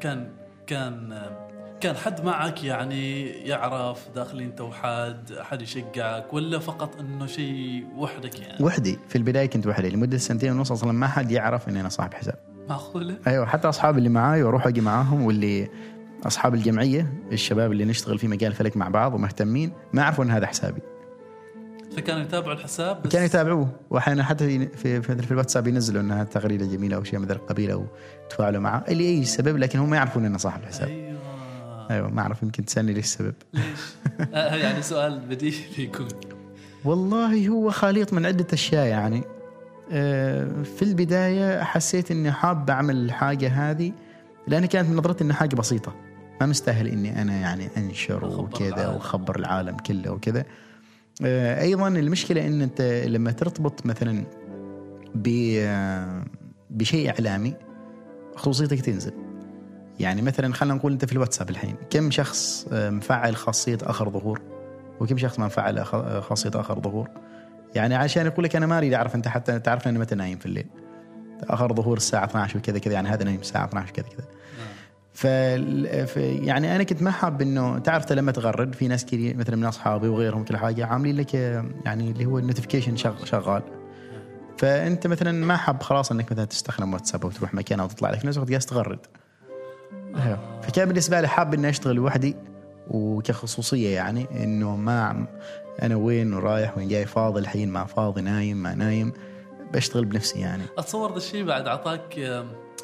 كان حد معك يعني يعرف داخل انت حد يشجعك ولا فقط انه شيء وحدك؟ يعني وحدي في البداية كنت وحدي لمدة 2.5 سنين اصلا ما حد يعرف اني انا صاحب حساب. معقولة؟ ايوه. حتى اصحابي اللي معاي واروح اجي معاهم واللي اصحاب الجمعية الشباب اللي نشتغل في مجال فلك مع بعض ومهتمين ما يعرفوا ان هذا حسابي. فكانوا يتابعوا الحساب بس؟ كانوا يتابعوه واحيانا حتى في الواتساب ينزلوا انها تغريدة جميلة او شيء من ذا القبيل او تفاعلوا معه اللي اي سبب لكن هم ما يعرفون ان انا صاحب الحساب. ايوه. ما اعرف يمكن تسألني ليش السبب. ليش؟ يعني سؤال بديهي يكون. والله هو خليط من عدة اشياء يعني. في البداية حسيت اني حاب اعمل الحاجة هذه لان كانت من نظرتي انها حاجة بسيطة ما مستاهل اني انا يعني انشر وكذا وخبر العالم كله وكذا. ايضا المشكلة ان انت لما ترتبط مثلا بشيء اعلامي خصوصيتك تنزل. يعني مثلا خلينا نقول انت في الواتساب الحين كم شخص مفعل خاصية اخر ظهور وكم شخص ما مفعل خاصية اخر ظهور. يعني عشان يقول لك انا ما اريد اعرف انت حتى تعرف انا متى نايم في الليل اخر ظهور الساعة 12 وكذا كذا يعني هذا نايم الساعة 12 كذا كذا. يعني انا كنت ما حاب انه تعرف لما تغرد في ناس كثير مثلا من اصحابي وغيرهم كل حاجة عاملين لك يعني اللي هو النوتيفيكيشن شغال. فانت مثلا ما حاب خلاص انك مثلا تستخدم واتساب او تروح مكان او تطلع لك ناس وقت قاعد تغرد. فكان بالنسبة لي حاب إني أشتغل لوحدي وكخصوصية يعني إنه ما أنا وين ورايح وين جاي فاضي الحين ما فاضي نايم ما نايم بشتغل بنفسي يعني. أتصور ذا الشيء بعد أعطاك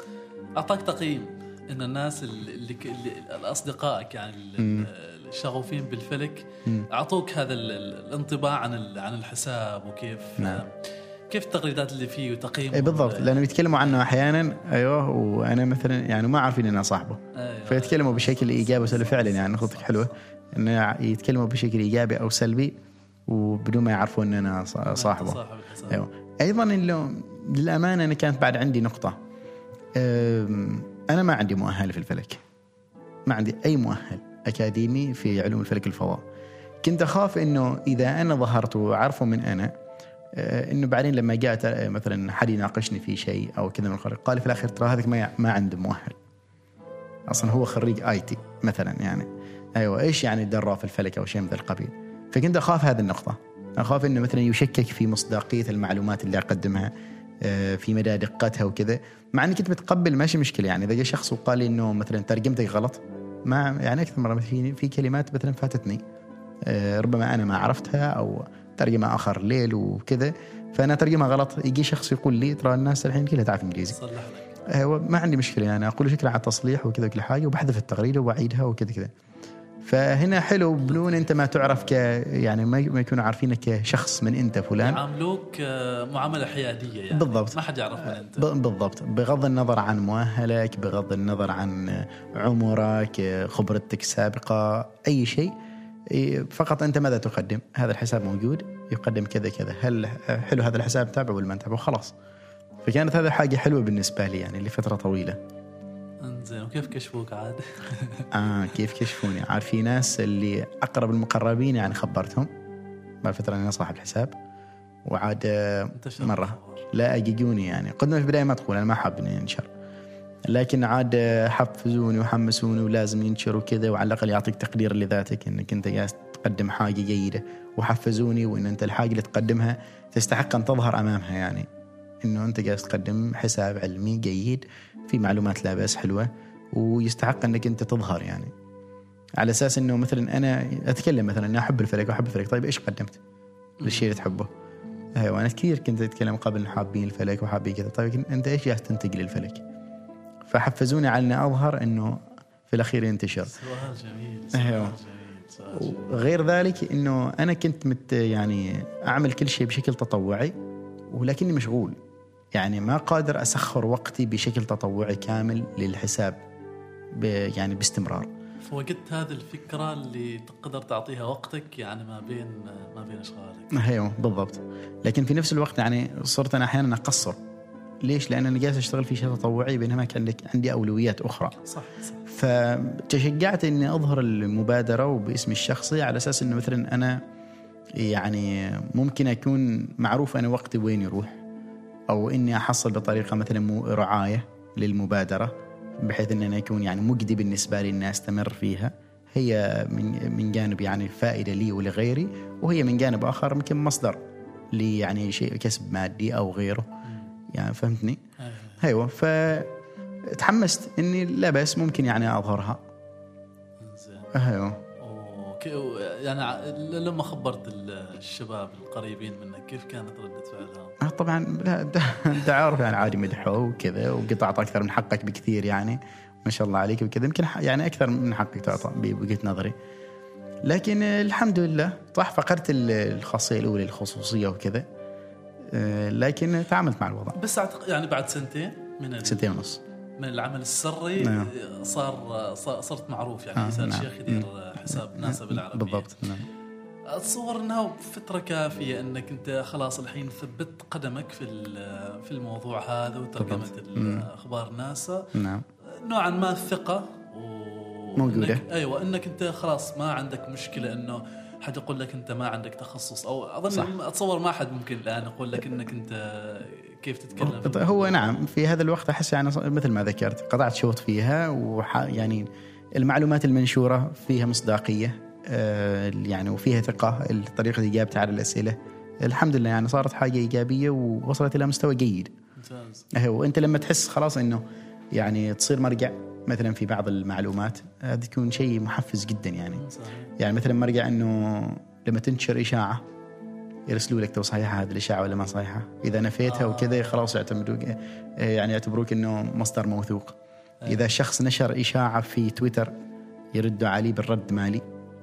تقييم إن الناس اللي أصدقائك يعني الشغوفين بالفلك أعطوك هذا الانطباع عن الحساب وكيف كيف التغريدات اللي فيه وتقييمه. بالضبط لأنه يتكلموا عنه أحيانا. أيوه. وأنا مثلا يعني ما عارفين إن أنا صاحبه. أيوه. فيتكلموا بشكل إيجابي وسلبي فعلا يعني نقطتك حلوة إنه يتكلموا بشكل إيجابي أو سلبي وبدون ما يعرفوا إن أنا صاحبه. أيوه. أيضا إنه للأمانة أنا كانت بعد عندي نقطة. أنا ما عندي مؤهل في الفلك ما عندي أي مؤهل أكاديمي في علوم الفلك الفضاء. كنت أخاف إنه إذا أنا ظهرت وعرفوا من أنا إنه بعدين لما جاءت مثلا حد يناقشني في شيء أو كذا من الخارج قال في الآخر ترى هذاك ما عنده مؤهل أصلا هو خريج IT مثلا يعني. أيوة. إيش يعني درى في الفلك أو شيء من ذا القبيل. فكنت أخاف هذه النقطة. أخاف إنه مثلا يشكك في مصداقية المعلومات اللي أقدمها في مدى دقتها وكذا مع أني كنت متقبل ماشي مشكلة يعني. إذا جاء شخص وقال لي إنه مثلا ترجمتك غلط ما يعني أكثر مرة في كلمات مثلا فاتتني ربما أنا ما عرفتها أو ترجمة آخر ليل وكذا فأنا ترجمة غلط يجي شخص يقول لي ترى الناس الحين كلها تعرف إنجليزي صلح لك. ما عندي مشكلة يعني أقول شكرا على التصليح وكذا كل حاجة وبحذف التغريدة وأعيدها وكذا كذا. فهنا حلو بدون أنت ما تعرف يعني ما يكونوا عارفينك كشخص من أنت فلان يعاملوك معاملة حيادية يعني. بالضبط. ما حد يعرف من أنت. بالضبط. بغض النظر عن مؤهلك بغض النظر عن عمرك خبرتك السابقة أي شيء فقط أنت ماذا تقدم. هذا الحساب موجود يقدم كذا كذا هل حلو هذا الحساب تابعه ولا ما تابعه خلاص. فكانت هذا حاجة حلوة بالنسبة لي يعني لفترة طويلة. انزين. وكيف كشفوك عاد؟ كيف كشفوني؟ عارف في ناس اللي أقرب المقربين يعني خبرتهم بعد فترة أنا صاحب الحساب، وعاد مرة لا أجيجوني يعني. قدنا في البداية ما تقول أنا ما حاب إني ينشر، لكن عاد حفزوني وحمسوني ولازم ينشر وكذا، وعلى الأقل يعطيك تقدير لذاتك إنك أنت جالس تقدم حاجة جيدة، وحفزوني وإن أنت الحاجة اللي تقدمها تستحق أن تظهر أمامها، يعني إنه أنت جالس تقدم حساب علمي جيد في معلومات لا بأس حلوة ويستحق أنك أنت تظهر، يعني على أساس إنه مثلا أنا أتكلم مثلا أنا أحب الفلك وأحب الفلك، طيب إيش قدمت للشيء اللي تحبه؟ وأنا كثير كنت أتكلم قبل حابين الفلك وحابين كذا، طيب أنت إيش جالس تنتج للفلك؟ فحفزوني على أن أظهر إنه في الأخير ينتشر. سؤال جميل. غير ذلك إنه أنا كنت يعني أعمل كل شيء بشكل تطوعي، ولكني مشغول، يعني ما قادر أسخر وقتي بشكل تطوعي كامل للحساب يعني باستمرار. فوجدت هذه الفكرة اللي تقدر تعطيها وقتك يعني ما بين أشغالك. أيوه بالضبط. لكن في نفس الوقت يعني صرت أنا أحيانا أقصر. ليش؟ لأن أنا جالس أشتغل في شيء تطوعي بينما كان عندي أولويات أخرى. صح. فتشجعت إني أظهر المبادرة وباسم الشخصي على أساس إنه مثلا أنا يعني ممكن أكون معروف أنا وقتي وين يروح، أو إني أحصل بطريقة مثلا رعاية للمبادرة بحيث إن أنا يكون يعني مجدي بالنسبة لي إني أستمر فيها. هي من جانب يعني فائدة لي ولغيري، وهي من جانب آخر يمكن مصدر لي يعني شيء كسب مادي أو غيره، يعني فهمتني؟ أيوة. فتحمست إني لا بس ممكن يعني أظهرها. أيوة. يعني لما خبرت الشباب القريبين منك كيف كانت ردة فعلهم؟ طبعا لا انت عارف يعني عادي مدحوا وكذا، وقطعت اكثر من حقك بكثير يعني ما شاء الله عليك وكذا، يمكن يعني اكثر من حقك تعطى بوجهة نظري. لكن الحمد لله صح فقدت الخاصية الاولى الخصوصية وكذا، لكن تعاملت مع الوضع. بس يعني بعد سنتين من 2 ونص من العمل السري نعم. صرت معروف يعني يسأل نعم. الشيخ يدير حساب ناسا بالعربية بالضبط. نعم. أتصور أنها فترة كافية أنك أنت خلاص الحين ثبت قدمك في الموضوع هذا وترجمة الأخبار ناسا. نعم. نوعا ما الثقة موجودة. أيوة أنك أنت خلاص ما عندك مشكلة أنه حد يقول لك أنت ما عندك تخصص، أو أظن أتصور ما حد ممكن الآن يقول لك أنك أنت كيف تتكلم. هو نعم في هذا الوقت أحس يعني مثل ما ذكرت قطعت شوط فيها، يعني المعلومات المنشورة فيها مصداقية يعني وفيها ثقة، طريقة إجابتي على الأسئلة الحمد لله يعني صارت حاجة إيجابية ووصلت إلى مستوى جيد. ممتاز. وأنت لما تحس خلاص إنه يعني تصير مرجع مثلا في بعض المعلومات، هذا يكون شيء محفز جدا يعني. صحيح. يعني مثلا مرجع إنه لما تنشر إشاعة يرسلوا لك تو صحيحة هذه الإشاعة ولا ما صحيحة، إذا نفيتها وكذا خلاص يعتبروك إنه مصدر موثوق. إذا شخص نشر إشاعة في تويتر يردوا عليه بالرد مالي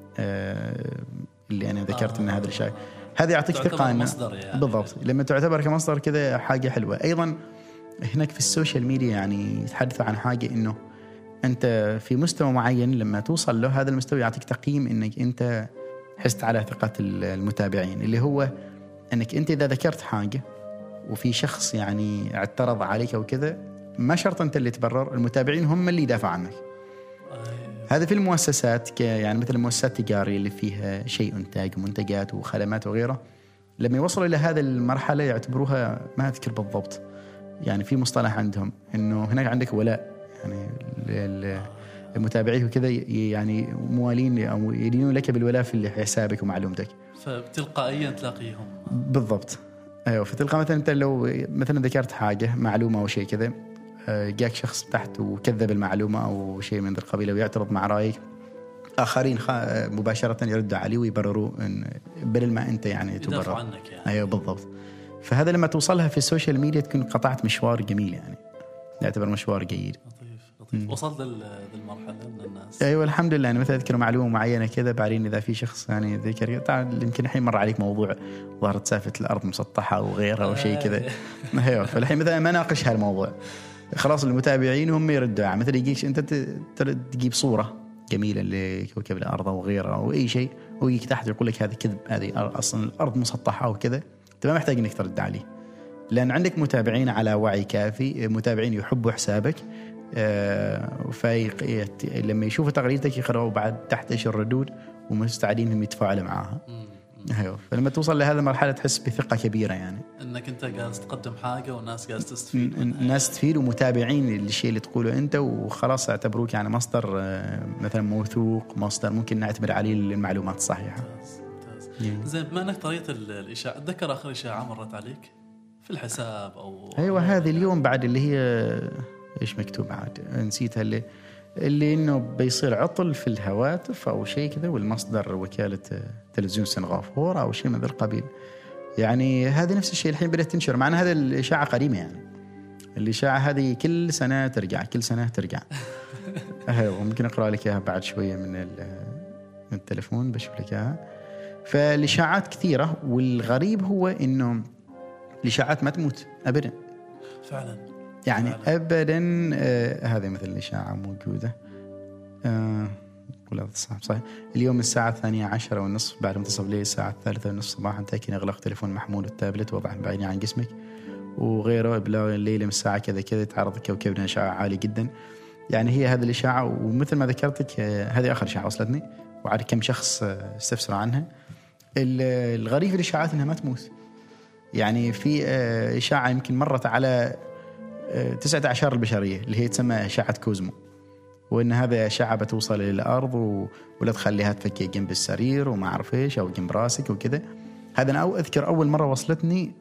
اللي أنا ذكرت إن هذا الشيء، هذا يعطيك ثقة إنه يعني. بالضبط. لما تعتبر كمصدر كذا حاجة حلوة. أيضا هناك في السوشيال ميديا يعني يتحدثوا عن حاجة إنه أنت في مستوى معين لما توصل له هذا المستوى يعطيك تقييم إنك أنت حست على ثقة المتابعين، اللي هو أنك أنت إذا ذكرت حاجة وفي شخص يعني اعترض عليك أو كذا ما شرط أنت اللي تبرر، المتابعين هم اللي يدافع عنك. هذا في المؤسسات يعني مثل المؤسسات التجارية اللي فيها شيء إنتاج ومنتجات وخدمات وغيره، لما يوصلوا إلى هذه المرحلة يعتبروها ما أذكر بالضبط يعني في مصطلح عندهم إنه هناك عندك ولاء، يعني المتابعين وكذا يعني موالين أو يدينون لك بالولاء في حسابك ومعلومتك، فبتلقائيا تلاقيهم. بالضبط. أيوة. فتلقى مثلا أنت لو مثلا ذكرت حاجة معلومة أو شيء كذا جاك شخص تحت وكذب المعلومة أو شيء من ذا القبيل ويعترض مع رأيك، آخرين مباشرة يردوا عليه ويبرروا بدل ما أنت يعني تبرر عنك يعني. أيوة بالضبط. فهذا لما توصلها في السوشيال ميديا تكون قطعت مشوار جميل يعني يعتبر مشوار جيد. لطيف. وصلت للمرحلة من الناس. أيوة الحمد لله. أنا مثلا أذكر معلومة معينة كذا بعدين إذا في شخص يعني ذكر يمكن الحين مر عليك موضوع ظهرت سالفة الأرض مسطحة أو غيرها أو شيء كذا أيوة. فالحين مثلا ما ناقش هالموضوع خلاص المتابعين هم يردوا يعني مثلا يجيك أنت تجيب صورة جميلة لكوكب الأرض أو غيرها أو أي شيء ويجيك تحت يقول لك هذا كذب، هذه أصلا الأرض مسطحة أو كذا، أنت ما محتاج إنك ترد عليه لأن عندك متابعين على وعي كافي، متابعين يحبوا حسابك لما يشوفوا تغريدتك يقرأوا بعد تحت إيش الردود ومستعدين هم يتفاعلوا معها. ايوه، فلما توصل لهذه المرحله تحس بثقه كبيره، يعني انك انت قاعد تقدم حاجه والناس قاعد تستفيد منها. الناس تفيد ومتابعين للشيء اللي تقوله انت، وخلاص اعتبروك يعني مصدر مثلا موثوق، مصدر ممكن نعتمد عليه المعلومات الصحيحه. ممتاز. زين، بما انك طريقه الاشاعه، اتذكر اخر اشاعه مرت عليك في الحساب او ايوه هذه اليوم بعد اللي هي ايش مكتوب عاد نسيتها، اللي انه بيصير عطل في الهواتف او شيء كذا، والمصدر وكاله تلفزيون سنغافوره او شيء من ذا القبيل. يعني هذه نفس الشيء الحين بدأت تنشر، مع ان هذه الاشاعه قديمه، يعني الاشاعه هذه كل سنه ترجع كل سنه ترجع. ايوه ممكن اقرا لك اياها بعد شويه من التليفون، بشوف لك اياها. فالاشاعات كثيره، والغريب هو انه الاشاعات ما تموت ابدا فعلا، يعني فعلا. ابدا. هذه مثل الاشاعه موجوده. ولا صح اليوم الساعه 12:30 بعد منتصف الليل الساعه 3:30 صباحا تاكد اغلاق تليفون محمول والتابلت وضعه بعيد عن جسمك وغيره. ابلاغ الليله من الساعه كذا كذا تعرض كوكبنا اشعه عالي جدا. يعني هي هذه الاشاعه، ومثل ما ذكرتك هذه اخر اشاعه وصلتني، وعاد كم شخص استفسروا عنها. الغريب في الاشاعات انها ما تموت. يعني في اشاعه يمكن مرت على 9 أعشار البشريه اللي هي تسمى اشعه كوزمو، وان هذا اشعه بتوصل الى الارض ولا تخليها تفكي جنب السرير وما اعرف ايش او جنب راسك وكذا. هذا انا اذكر اول مره وصلتني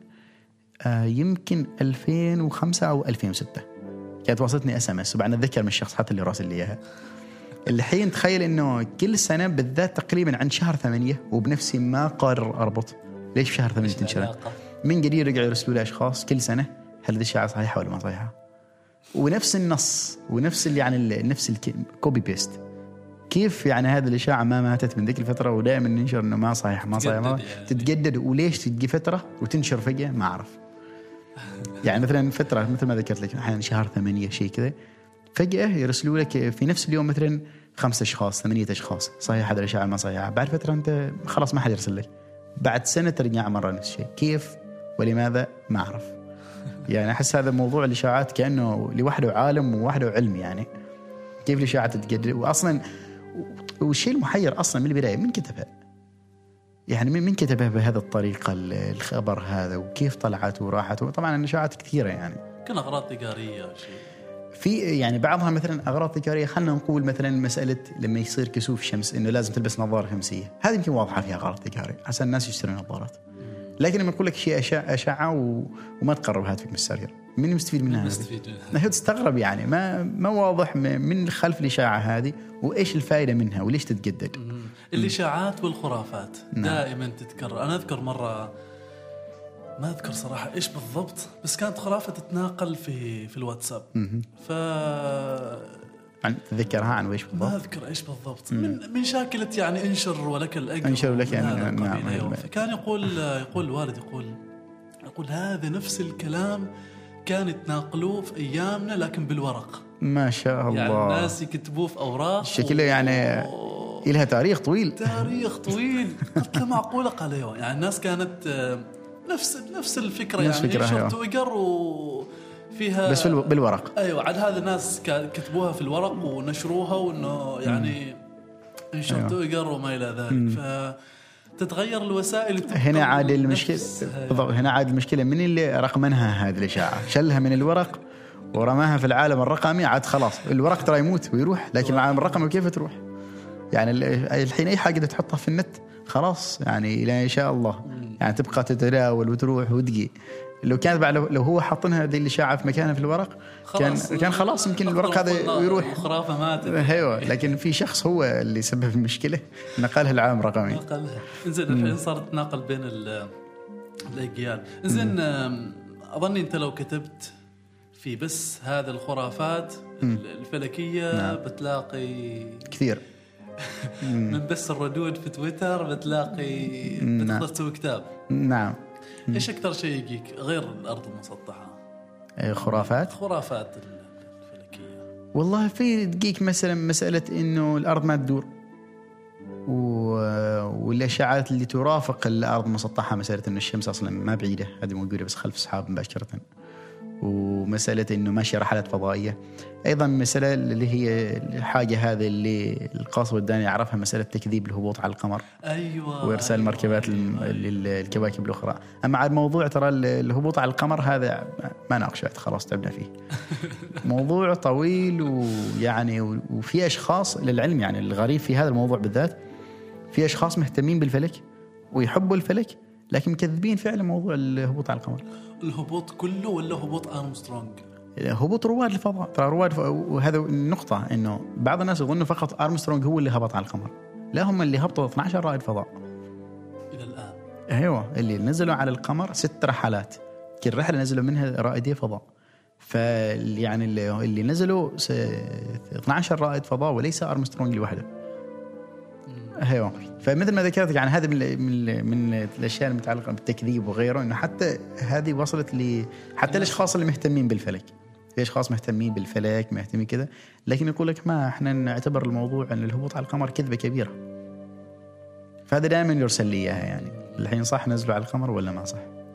يمكن 2005 او 2006 كانت وصلتني SMS، وبعدين اتذكر من الشخص حتى اللي راسل لي اياها. الحين تخيل انه كل سنه بالذات تقريبا عند شهر 8 وبنفسي ما قادر اربط ليش في شهر 8 تنشر. من قدير رجعوا يرسلوا لي اشخاص كل سنه هل هذه الاشاعه صحيحه ولا ما صحيحه، ونفس النص ونفس يعني نفس الكوبي بيست. كيف يعني هذه الاشاعه ما ماتت من ذيك الفتره ودائما ننشر انه ما صحيح ما صحيح يعني. تتجدد، وليش تجي فتره وتنشر فجاه ما اعرف. يعني مثلا فتره مثل ما ذكرت لك احيانا شهر 8 شيء كذا، فجاه يرسلوا لك في نفس اليوم مثلا 5 أشخاص 8 أشخاص صحيح هذا الاشاعه ما صحيحه. بعد فتره انت خلاص ما حد يرسل لك، بعد سنه ترجع مره نفس الشيء. كيف ولماذا ما اعرف. يعني احس هذا موضوع الاشاعات كانه لوحده عالم ووحده علم. يعني كيف الاشاعات تتجدد، واصلا والشيء المحير اصلا من البدايه من كتبها، يعني من كتبها بهذه الطريقه الخبر هذا، وكيف طلعت وراحت. وطبعا الاشاعات كثيره يعني كان اغراض تجاريه شيء في يعني بعضها مثلا اغراض تجاريه. خلينا نقول مثلا مساله لما يصير كسوف شمس انه لازم تلبس نظاره شمسيه، هذه يمكن واضحه فيها اغراض تجاريه عشان الناس يشترون نظارات. لكن لما نقول لك شيء اشعه وما تقرب هاتفك من السرير، من مستفيد منها؟ هذه تستغرب يعني ما واضح من خلف الاشاعه هذه وايش الفائده منها وليش تتجدد. الاشاعات والخرافات دائما تتكرر. انا اذكر مره ما اذكر صراحه ايش بالضبط، بس كانت خرافه تتناقل في الواتساب. ف تذكرها عن ويش بالضبط؟ ما اذكر ايش بالضبط. من شاكله يعني انشر ولك الاجر، انشر ولك نعم. فكان يقول الوالد يقول هذا نفس الكلام كان يتناقلوه في ايامنا لكن بالورق. ما شاء الله. يعني الناس يكتبوه في اوراق شكله يعني لها تاريخ طويل. قلت له معقوله؟ قال ايوه. يعني الناس كانت نفس الفكره، يعني شفت وقر فيها بس بالورق. ايوه، عاد هذا الناس كتبوها في الورق ونشروها، وانه يعني انشرت وقر وما الى ذلك. فتتغير الوسائل. هنا عاد المشكله بالضبط، هنا عاد المشكله من اللي رقمنها هذه الاشاعه، شلها من الورق ورماها في العالم الرقمي. عاد خلاص الورق ترى يموت ويروح، لكن العالم الرقمي كيف تروح؟ يعني الحين اي حاجه تحطها في النت خلاص يعني الى ان شاء الله يعني تبقى تتداول وتروح وتجي. لو كانت بعد لو هو حاطنها هذه الاشاعه في مكانها في الورق كان خلاص يمكن الورق هذا يروح، الخرافه ماتت. ايوه، لكن في شخص هو اللي سبب المشكله، نقلها العالم الرقمي. انزين الحين صارت تناقل بين الاجيال. انزين اظني انت لو كتبت في بس هذه الخرافات الفلكيه نعم. بتلاقي كثير من بس الردود في تويتر بتلاقي بتقدر تسوي كتاب. نعم. ايش اكثر شيء يجيك غير الارض المسطحه؟ خرافات الفلكيه. والله في دقيق مثلا مساله انه الارض ما تدور، والاشعاعات اللي ترافق الارض المسطحه، مساله ان الشمس اصلا ما بعيده، هذه موجوده بس خلف السحاب مباشره. ومسألة إنه ماشي رحلات فضائية. أيضا مسألة اللي هي الحاجة هذه اللي القاص والداني يعرفها، مسألة تكذيب الهبوط على القمر. أيوة. وإرسال المركبات للكواكب الأخرى. أما على الموضوع ترى الهبوط على القمر هذا ما ناقشه، خلاص تعبنا فيه. موضوع طويل ويعني وفي أشخاص للعلم، يعني الغريب في هذا الموضوع بالذات في أشخاص مهتمين بالفلك ويحبوا الفلك لكن مكذبين فعلا موضوع الهبوط على القمر. الهبوط كله ولا هبوط أرمسترونغ؟ هبوط رواد الفضاء، ترى رواد وهذا النقطة إنه بعض الناس يظنوا فقط أرمسترونغ هو اللي هبط على القمر، لا، هم اللي هبطوا 12 رائد فضاء إلى الآن. أيوة، اللي نزلوا على القمر 6 رحلات، كل رحلة نزلوا منها رائدي فضاء. يعني اللي نزلوا 12 رائد فضاء وليس أرمسترونغ لوحده. أيوة، فمثل ما ذكرت يعني هذا من الأشياء المتعلقة بالتكذيب وغيره، إنه حتى هذه وصلت حتى الأشخاص اللي مهتمين بالفلك، في أشخاص مهتمين بالفلك مهتمين كذا، لكن يقول لك ما إحنا نعتبر الموضوع أن الهبوط على القمر كذبة كبيرة. فهذا دائما يرسل لي إياها، يعني الحين صح نزلوا على القمر ولا ما صح؟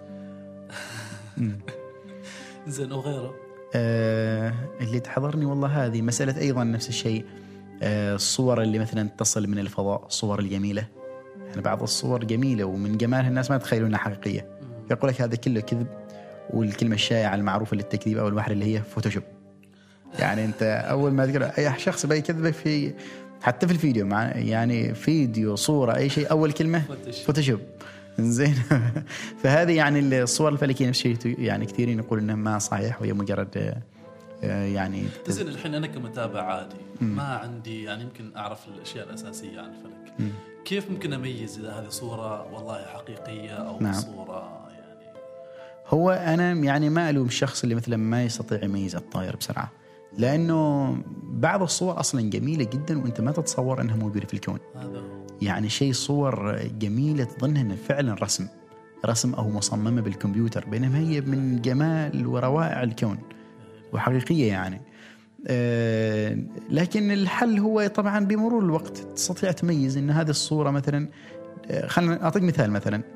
زين وغيره اللي تحضرني والله هذه مسألة أيضا نفس الشيء. الصور اللي مثلا تصل من الفضاء، الصور الجميلة، يعني بعض الصور جميلة ومن جمالها الناس ما تخيلوا أنها حقيقية، يقول لك هذا كله كذب. والكلمة الشائعة المعروفة للتكذيب أو الوحر اللي هي فوتوشوب. يعني أنت أول ما تقرأ أي شخص بيكذبك في حتى في الفيديو، يعني فيديو صورة أي شيء أول كلمة فوتوشوب. زين. فهذه يعني الصور الفلكية نفس الشيء، يعني كثيرين يقول إنها ما صحيح وهي مجرد يعني. زين الحين أنا كمتابع عادي ما عندي يعني يمكن أعرف الأشياء الأساسية عن الفلك. كيف ممكن أميز إذا هذه صورة والله حقيقية أو نعم. صورة يعني؟ هو أنا يعني ما ألوم الشخص اللي مثلا ما يستطيع يميز الطائر بسرعة، لأنه بعض الصور أصلا جميلة جدا وأنت ما تتصور أنها موجودة في الكون. يعني شيء صور جميلة تظنها أنها فعلا رسم أو مصممة بالكمبيوتر، بينما هي من جمال وروائع الكون وحقيقية يعني. لكن الحل هو طبعا بمرور الوقت تستطيع تميز أن هذه الصورة مثلا. خلينا أعطيك مثال،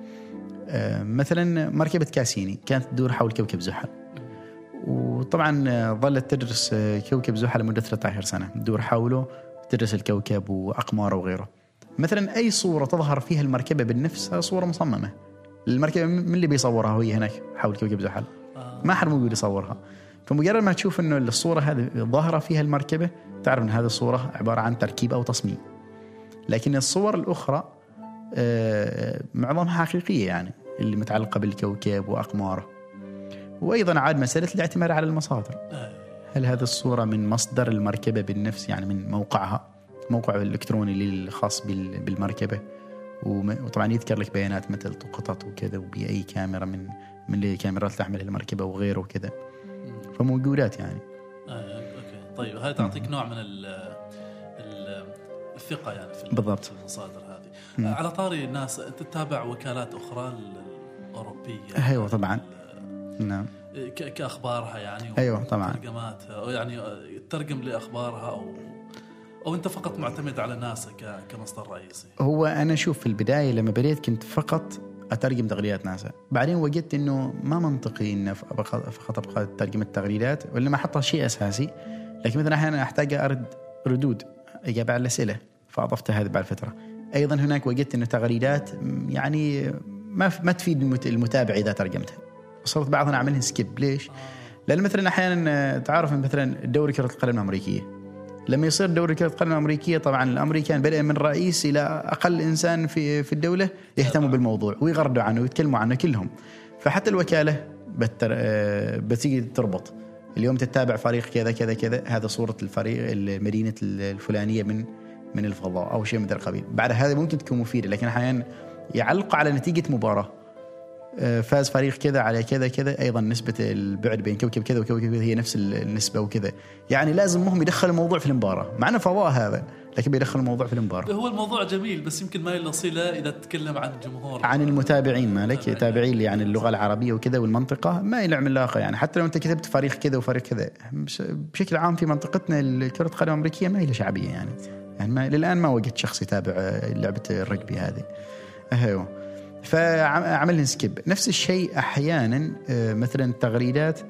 مثلا مركبة كاسيني كانت تدور حول كوكب زحل، وطبعا ظلت تدرس كوكب زحل لمدة 13 سنة، تدور حوله، تدرس الكوكب وأقماره وغيره. مثلا أي صورة تظهر فيها المركبة بالنفس صورة مصممة. المركبة من اللي بيصورها وهي هناك حول كوكب زحل؟ ما حد موجود يصورها. فمجرد ما تشوف إنه الصورة هذه ظاهرة فيها المركبة تعرف إن هذه الصورة عبارة عن تركيب أو تصميم. لكن الصور الأخرى معظمها حقيقية، يعني اللي متعلقة بالكوكب وأقماره. وأيضا عاد مسألة الاعتماد على المصادر، هل هذه الصورة من مصدر المركبة بالنفس، يعني من موقع الإلكتروني الخاص بالمركبة، وطبعا يذكر لك بيانات مثل قطط وكذا، وبأي كاميرا من الكاميرات اللي تحمل المركبة وغيره وكذا، فموجودات يعني. أوكي. طيب هاي تعطيك نوع من الثقة يعني في بالضبط المصادر هذه. على طاري الناس تتابع وكالات أخرى الأوروبية؟ أيوة طبعا. نعم. كأخبارها يعني. أيوة طبعا. ترجماتها أو يعني ترجم لأخبارها أو أنت فقط معتمد على ناسا كمصدر رئيسي؟ هو أنا شوف في البداية لما بديت كنت فقط أترجم تغريدات ناسا، بعدين وجدت إنه ما منطقي إن فقط أبقى أترجم التغريدات، وإنما أحطها شيء أساسي. لكن مثلا أحيانا أحتاج أرد ردود إجابة على الأسئلة، فأضفت هذا بعد فترة. أيضا هناك وجدت إنه تغريدات يعني ما تفيد المتابع إذا ترجمتها، صرت بعضنا أعملها سكيب. ليش؟ لأن مثلا أحيانا تعرف مثلا دوري كرة القدم الأمريكية، لما يصير دوري كرة القدم الأمريكية طبعا الأمريكان بدأ من رئيس إلى أقل إنسان في الدولة يهتموا بالموضوع ويغردوا عنه ويتكلموا عنه كلهم. فحتى الوكالة بتيجي تربط اليوم تتابع فريق كذا كذا كذا، هذا صورة الفريق المدينة الفلانية من الفضاء أو شيء من ذا القبيل. بعد هذا ممكن تكون مفيدة، لكن أحيانا يعلقوا على نتيجة مباراة، فاز فريق كذا على كذا كذا، أيضا نسبة البعد بين كوكب كذا وكوكب كذا هي نفس النسبة وكذا. يعني لازم هم يدخلوا الموضوع في المباراة، معنا فضاء هذا لكن بيدخل الموضوع في المباراة. هو الموضوع جميل بس يمكن ما يصل إذا تتكلم عن الجمهور، عن المتابعين مالك تابعين يعني اللغة العربية وكذا والمنطقة ما يلعب علاقة. يعني حتى لو أنت كتبت فريق كذا وفريق كذا، بشكل عام في منطقتنا كرة القدم الأمريكية ما هي شعبية يعني للآن ما وجدت شخص يتابع لعبة الرجبي هذه. أهو فعملنا سكيب. نفس الشيء أحيانا مثلا التغريدات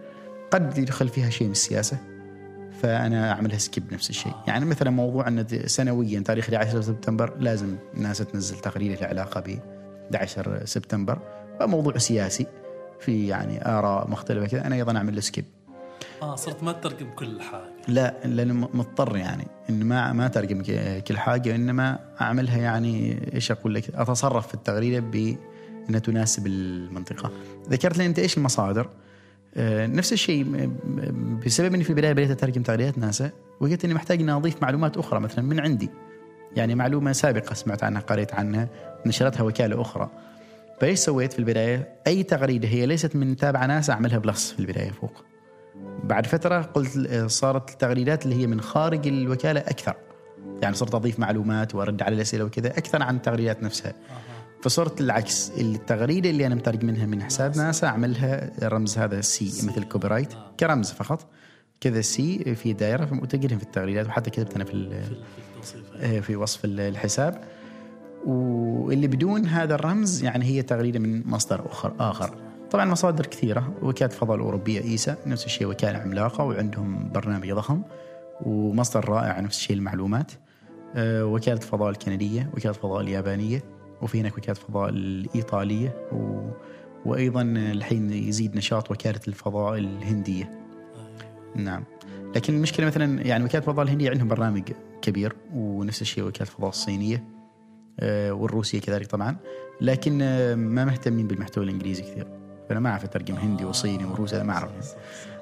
قد يدخل فيها شيء من السياسة، فأنا أعملها سكيب نفس الشيء. يعني مثلا موضوع أن سنويا تاريخ 11 سبتمبر لازم الناس تنزل تقرير له علاقة ب 11 سبتمبر، فموضوع سياسي في يعني آراء مختلفة كذا، أنا أيضا أعمل له سكيب. صرت ما تترجم كل حاجة؟ لا، لأن مضطر يعني إن ما ترجم كل حاجة، إنما أعملها يعني إيش أقول لك، أتصرف في التغريدة بأنها تناسب المنطقة. ذكرت لي أنت إيش المصادر، نفس الشيء بسبب أني في البداية بديت أترجم تغريدات ناسا، وقلت أني محتاج أن أضيف معلومات أخرى مثلا من عندي، يعني معلومة سابقة سمعت عنها قريت عنها نشرتها وكالة أخرى. فإيش سويت في البداية؟ أي تغريدة هي ليست من تابعة ناسا أعملها بلس في البداية فوق. بعد فترة قلت صارت التغريدات اللي هي من خارج الوكالة أكثر، يعني صرت أضيف معلومات وأرد على الأسئلة وكذا أكثر عن التغريدات نفسها. فصرت العكس، التغريدة اللي أنا مترجم منها من حساب ناسا أعملها رمز هذا سي مثل كوبيرايت كرمز فقط كذا، سي في دائرة وتجدهم في التغريدات، وحتى كتبت أنا في وصف الحساب. واللي بدون هذا الرمز يعني هي تغريدة من مصدر آخر. طبعا مصادر كثيرة، وكالة الفضاء الأوروبية إيسا نفس الشيء، وكالة عملاقة وعندهم برنامج ضخم ومصدر رائع نفس الشيء المعلومات. وكالة الفضاء الكندية، وكالة الفضاء اليابانية، وفي هناك وكالة الفضاء الإيطالية، وأيضا الحين يزيد نشاط وكالة الفضاء الهندية. نعم، لكن المشكلة مثلا يعني وكالة الفضاء الهندية عندهم برنامج كبير، ونفس الشيء وكالة الفضاء الصينية والروسية كذلك طبعا، لكن ما مهتمين بالمحتوى الإنجليزي كثير، فأنا ما أعرف أترجم هندي وصيني وروسي، أنا ما أعرف.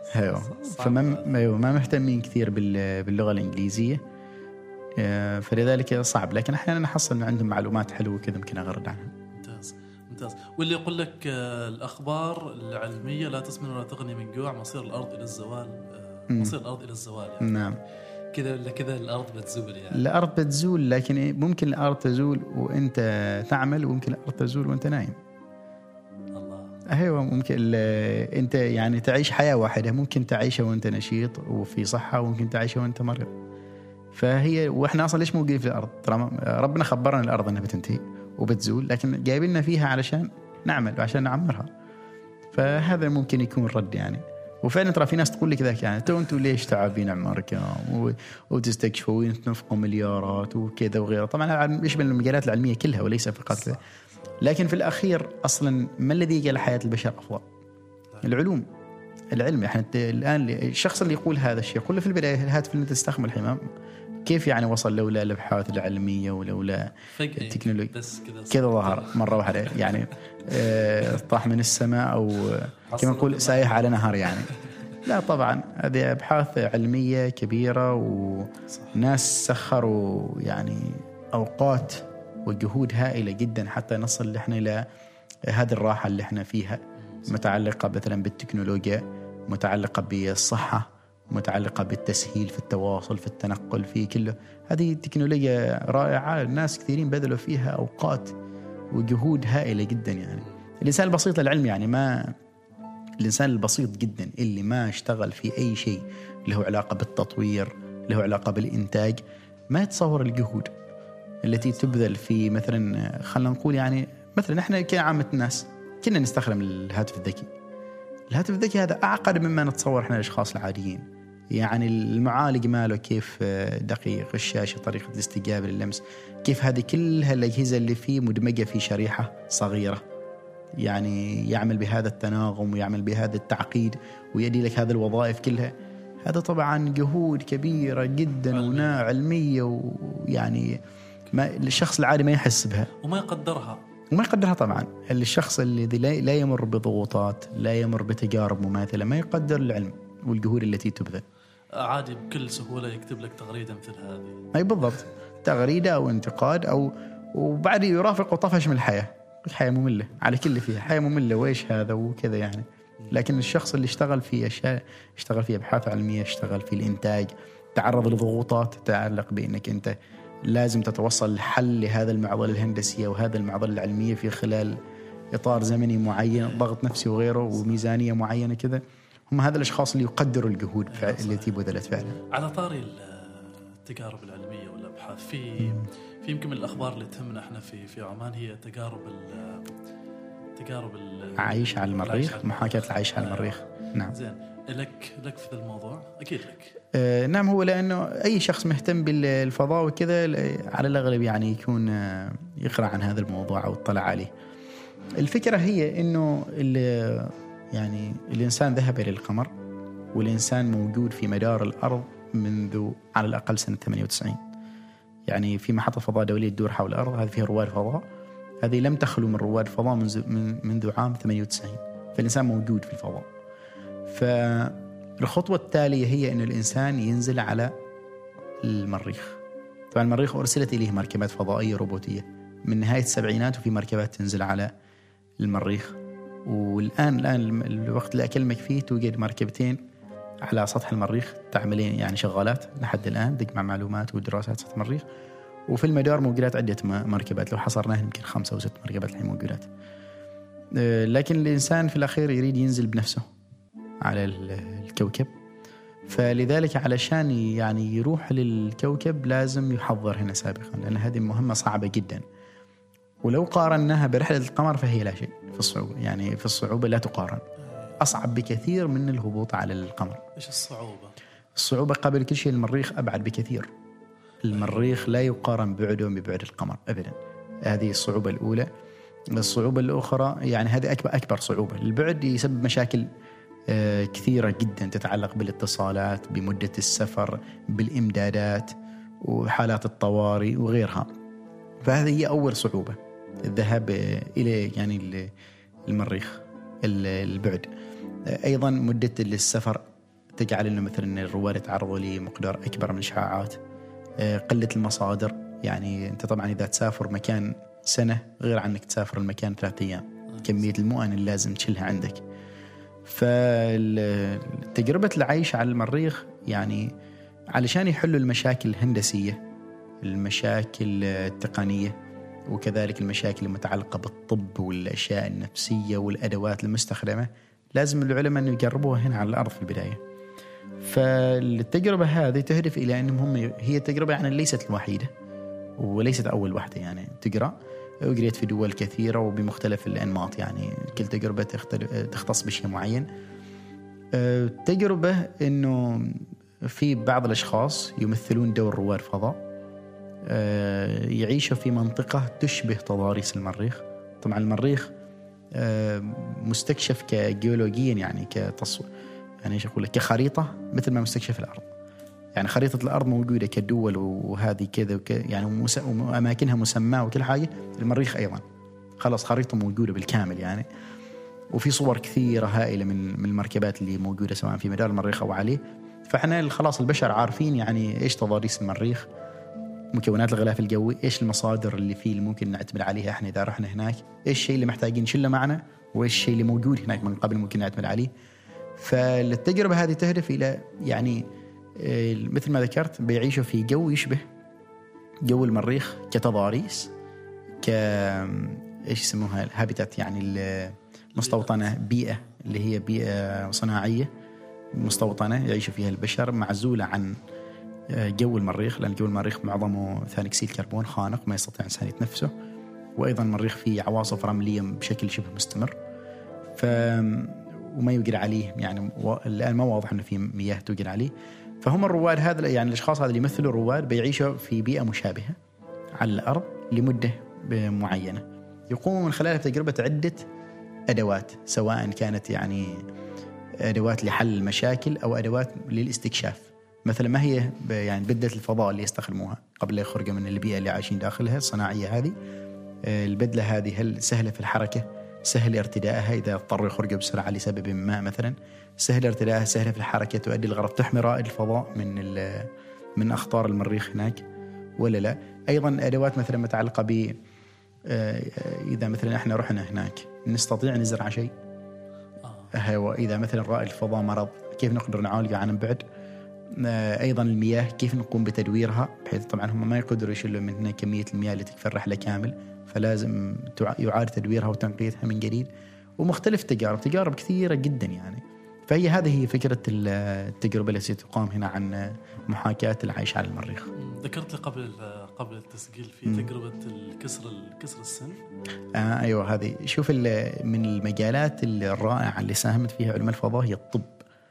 فما مهتمين كثير باللغة الإنجليزية، فلذلك صعب. لكن أحيانا أحصل أن عندهم معلومات حلوة كذا ممكن أغرد عنها. ممتاز. واللي يقول لك الأخبار العلمية لا تسمن ولا تغني من جوع، مصير الأرض إلى الزوال، مصير الأرض إلى الزوال يعني. نعم، كذا الأرض بتزول يعني. الأرض بتزول، لكن ممكن الأرض تزول وأنت تعمل، وممكن الأرض تزول وأنت نايم. أيوة، ممكن أنت يعني تعيش حياة واحدة، ممكن تعيشها وأنت نشيط وفي صحة، وممكن تعيشها وأنت مريض. فهي وإحنا أصلا ليش موجودين في الأرض؟ ترى ربنا خبرنا الأرض أنها بتنتهي وبتزول، لكن جايبنا فيها علشان نعمل وعشان نعمرها. فهذا ممكن يكون رد يعني. وفعلا ترى في ناس تقول لك ذاك، يعني أنتوا ليش تعبين عمركم وتستكشفوا وتنفقوا مليارات وكذا وغيره. طبعا يشمل المجالات العلمية كلها وليس فقط كذا، لكن في الأخير أصلا ما الذي يجعل حياة البشر أفضل؟ العلم. احنا الآن الشخص اللي يقول هذا الشيء يقول له في البداية الهاتف اللي تستخدم الحين كيف يعني وصل لولا الأبحاث العلمية ولولا التكنولوجيا كذا ظهر مرة واحدة يعني طاح من السماء أو كما نقول سايح على نهر يعني. لا طبعا هذه أبحاث علمية كبيرة، وناس سخروا يعني أوقات وجهود هائلة جدا حتى نصل احنا إلى هذه الراحة اللي احنا فيها، متعلقة مثلا بالتكنولوجيا، متعلقة بالصحة، متعلقة بالتسهيل في التواصل في التنقل في كله. هذه التكنولوجيا رائعة، الناس كثيرين بذلوا فيها أوقات وجهود هائلة جدا. يعني الإنسان البسيط العلم يعني الإنسان البسيط جدا اللي ما اشتغل في أي شيء له علاقة بالتطوير، له علاقة بالإنتاج، ما يتصور الجهود التي تبذل في مثلا خلنا نقول يعني مثلا احنا كعامة الناس كنا نستخدم الهاتف الذكي. الهاتف الذكي هذا أعقد مما نتصور احنا الأشخاص العاديين. يعني المعالج ماله كيف دقيق، الشاشة طريقة الاستجابة لللمس، كيف هذه كلها الأجهزة اللي فيه مدمجة في شريحة صغيرة، يعني يعمل بهذا التناغم ويعمل بهذا التعقيد ويدي لك هذه الوظائف كلها. هذا طبعا جهود كبيرة جدا علمية، ويعني ما الشخص العادي ما يحس بها وما يقدرها طبعا. الشخص الذي لا يمر بضغوطات، لا يمر بتجارب مماثلة، ما يقدر العلم والجهود التي تبذل. عادي بكل سهولة يكتب لك تغريدة مثل هذه. أي بالضبط، تغريدة أو انتقاد أو وبعد يرافق طفش من الحياة مملة على كل فيها، حياة مملة وإيش هذا وكذا يعني. لكن الشخص اللي اشتغل في أشياء، اشتغل في أبحاث علمية، اشتغل في الإنتاج، تعرض لضغوطات تتعلق بأنك أنت لازم تتوصل لحل لهذا المعضلة الهندسية وهذا المعضلة العلمية في خلال إطار زمني معين، ضغط نفسي وغيره وميزانية معينة كذا. هم هذا الأشخاص اللي يقدروا الجهود التي بذلت فعلا. على طاري التجارب العلمية والأبحاث، في يمكن من الأخبار اللي تهمنا احنا في عمان هي تجارب العيش على المريخ، محاكاة العيش على المريخ. نعم. زين، لك في الموضوع؟ أكيد لك. نعم، هو لأنه أي شخص مهتم بالفضاء وكذا على الأغلب يعني يكون يقرأ عن هذا الموضوع أو اطلع عليه. الفكرة هي إنه يعني الإنسان ذهب إلى القمر، والإنسان موجود في مدار الأرض منذ على الأقل سنة 98. يعني في محطة فضاء دولية تدور حول الأرض، هذه فيها رواد فضاء، هذه لم تخلو من رواد فضاء منذ عام 98. فالإنسان موجود في الفضاء. فالخطوة التالية هي أن الإنسان ينزل على المريخ. طبعا المريخ أرسلت إليه مركبات فضائية روبوتية من نهاية السبعينات، وفي مركبات تنزل على المريخ. والآن الوقت اللي أكلمك فيه توجد مركبتين على سطح المريخ تعملين يعني شغالات لحد الآن تجمع معلومات ودراسات سطح المريخ. وفي المدار موجودات عدة مركبات، لو حصرناها يمكن 5 أو 6 مركبات الحين موجودات. لكن الإنسان في الأخير يريد ينزل بنفسه على الكوكب، فلذلك علشان يعني يروح للكوكب لازم يحضر هنا سابقا، لأن هذه مهمة صعبة جدا. ولو قارناها برحلة القمر فهي لا شيء في الصعوبة، يعني في الصعوبة لا تقارن، أصعب بكثير من الهبوط على القمر. إيش الصعوبة؟ الصعوبة قبل كل شيء المريخ أبعد بكثير. المريخ لا يقارن بعده ببعد القمر أبدا، هذه الصعوبة الأولى. الصعوبة الأخرى يعني هذه أكبر صعوبة. البعد يسبب مشاكل كثيرة جدا تتعلق بالاتصالات، بمدة السفر، بالإمدادات وحالات الطوارئ وغيرها. فهذه هي أول صعوبة، الذهاب إلى يعني المريخ، البعد. أيضا مدة السفر تجعل أنه مثلا الرواد يتعرضوا لمقدار أكبر من الإشعاعات. قلة المصادر، يعني أنت طبعا إذا تسافر مكان سنة غير عنك تسافر المكان 3 أيام، كمية المؤن اللي لازم تشيلها عندك. فتجربة العيش على المريخ يعني علشان يحلوا المشاكل الهندسية، المشاكل التقنية، وكذلك المشاكل المتعلقة بالطب والأشياء النفسية والأدوات المستخدمة، لازم العلماء أن يجربوها هنا على الأرض في البداية. فالتجربة هذه تهدف إلى أنهم هي تجربة يعني ليست الوحيدة وليست أول واحدة يعني تجرى، وجريت في دول كثيرة وبمختلف الأنماط، يعني كل تجربة تختص بشيء معين. تجربة أنه في بعض الأشخاص يمثلون دور رواد فضاء يعيشوا في منطقة تشبه تضاريس المريخ. طبعا المريخ مستكشف كجيولوجيا، يعني يعني ايش اقول لك، كخريطة مثل ما مستكشف الأرض. يعني خريطة الأرض موجودة كدول وهذه كذا يعني وأماكنها مسماة وكل حاجة. المريخ أيضا خلاص خريطة موجودة بالكامل يعني، وفي صور كثيرة هائلة من المركبات اللي موجودة سواء في مدار المريخ أو عليه. فإحنا خلاص البشر عارفين يعني إيش تضاريس المريخ، مكونات الغلاف الجوي، إيش المصادر اللي فيه اللي ممكن نعتمد عليها إحنا إذا رحنا هناك، إيش الشيء اللي محتاجين نشيله معنا، وإيش الشيء اللي موجود هناك من قبل ممكن نعتمد عليه. فالتجربة هذه تهدف إلى يعني مثل ما ذكرت بيعيشوا في جو يشبه جو المريخ كتضاريس، إيش يسموها الهابيتات، يعني المستوطنة، بيئة اللي هي بيئة صناعية مستوطنة يعيش فيها البشر معزولة عن جو المريخ، لأن جو المريخ معظمه ثاني أكسيد الكربون خانق ما يستطيع الإنسان يتنفسه، وأيضا المريخ فيه عواصف رملية بشكل شبه مستمر، وما يوجد عليه يعني الآن ما واضح أنه في مياه توجد عليه. فهم الرواد هذا يعني الأشخاص هذا اللي يمثلوا الرواد بيعيشوا في بيئة مشابهة على الأرض لمدة معينة، يقوموا من خلالها تجربة عدة أدوات، سواء كانت يعني أدوات لحل المشاكل أو أدوات للاستكشاف. مثلا ما هي يعني بدلة الفضاء اللي يستخدموها قبل يخرجوا من البيئة اللي عايشين داخلها الصناعية هذه، البدلة هذه هل سهلة في الحركة، سهل ارتدائها إذا اضطروا يخرجوا بسرعة لسبب ما مثلا، سهل ارتدائها، سهلة في الحركة، تؤدي الغرض، تحمي رائد الفضاء من أخطار المريخ هناك ولا لا. أيضا أدوات مثلا متعلقة ب إذا مثلا إحنا رحنا هناك نستطيع نزرع شيء، إذا مثلا رائد الفضاء مرض كيف نقدر نعالجه عن بعد. أيضا المياه كيف نقوم بتدويرها، بحيث طبعا هم ما يقدروا يشيلوا من هنا كمية المياه اللي تكفي الرحلة كامل، فلازم يعاد تدويرها وتنقيتها من جديد، ومختلف تجارب كثيرة جدا يعني. فهي هذه فكرة التجربة التي تقام هنا عن محاكاة العيش على المريخ. ذكرت لي قبل التسجيل في تجربة الكسر السن. أيوة، هذه شوف من المجالات الرائعة اللي ساهمت فيها علماء الفضاء هي الطب.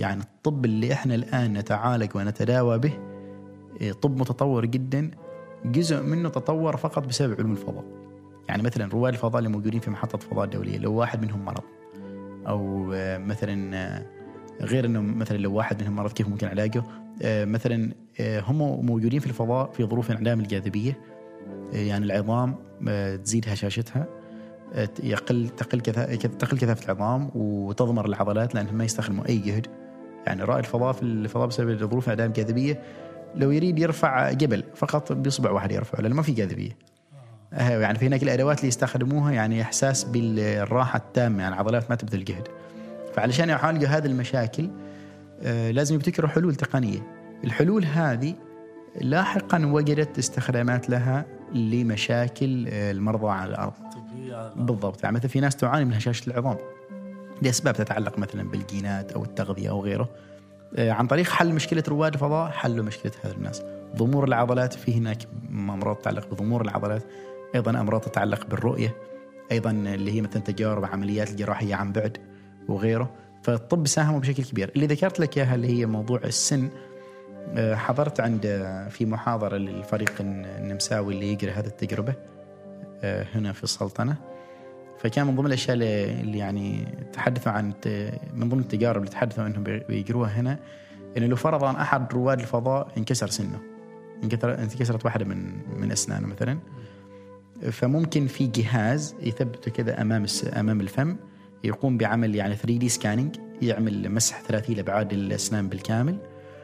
يعني الطب اللي إحنا الآن نتعالج ونتداوى به طب متطور جدا، جزء منه تطور فقط بسبب علوم الفضاء. يعني مثلا رواد الفضاء اللي موجودين في محطة فضاء دولية، لو واحد منهم مرض أو مثلا غير أنه مثلا لو واحد منهم مرض كيف ممكن علاجه، مثلا هم موجودين في الفضاء في ظروف انعدام الجاذبية، يعني العظام تزيد هشاشتها، تقل كثافة العظام وتضمر العضلات لأنهم ما يستخدموا أي جهد. يعني رائد الفضاء في الفضاء بسبب ظروف انعدام الجاذبية لو يريد يرفع جبل فقط بإصبع واحد يرفعه لأنه ما في جاذبية. يعني في هناك الأدوات اللي يستخدموها يعني إحساس بالراحة التامة، يعني العضلات ما تبذل جهد. فعلشان يعالجوا هذه المشاكل لازم يبتكروا حلول تقنية. الحلول هذه لاحقا وجدت استخدامات لها لمشاكل المرضى على الأرض. بالضبط. يعني مثلا في ناس تعاني من هشاشة العظام لأسباب تتعلق مثلا بالجينات أو التغذية أو غيره. عن طريق حل مشكلة رواد الفضاء حلوا مشكلة هذا الناس. ضمور العضلات، في هناك أمراض تتعلق بضمور العضلات، أيضا أمراض تتعلق بالرؤية، أيضا اللي هي مثلا تجارب عمليات الجراحية عن بعد وغيره. فالطب ساهموا بشكل كبير. اللي ذكرت لك إياها اللي هي موضوع السن، حضرت عند في محاضرة للفريق النمساوي اللي يجري هذه التجربة هنا في السلطنة. فكان من ضمن الأشياء اللي يعني تحدثوا عن من ضمن التجارب اللي تحدثوا أنهم بيجروها هنا، إنه لو فرضا أحد رواد الفضاء انكسر سنه، انكسرت واحدة من أسنانه مثلا، فممكن في جهاز يثبته كذا أمام الفم، يقوم بعمل يعني 3D سكانينج، يعمل مسح 30 أبعاد الأسنان بالكامل،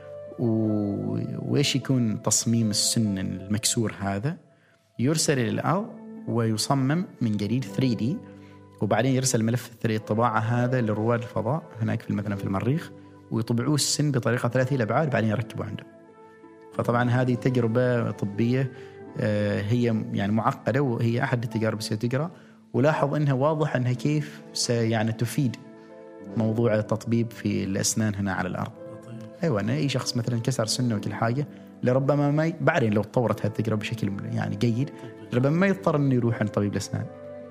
وإيش يكون تصميم السن المكسور هذا، يرسل إلى الأرض ويصمم من جديد 3D، وبعدين يرسل ملف الطباعة هذا لرواد الفضاء هناك في مثلا في المريخ، ويطبعوه السن بطريقة 30 أبعاد بعدين يركبوا عنده. فطبعا هذه تجربة طبية هي يعني معقدة، وهي أحد التجارب ستجرى، ولاحظ أنها واضح أنها كيف يعني تفيد موضوع التطبيب في الأسنان هنا على الأرض. أيوة، أن أي شخص مثلا كسر سنه وكل حاجة لربما ما بعدين لو تطورت هذه التجربة بشكل يعني جيد ربما ما يضطر أنه يروح عند طبيب الأسنان،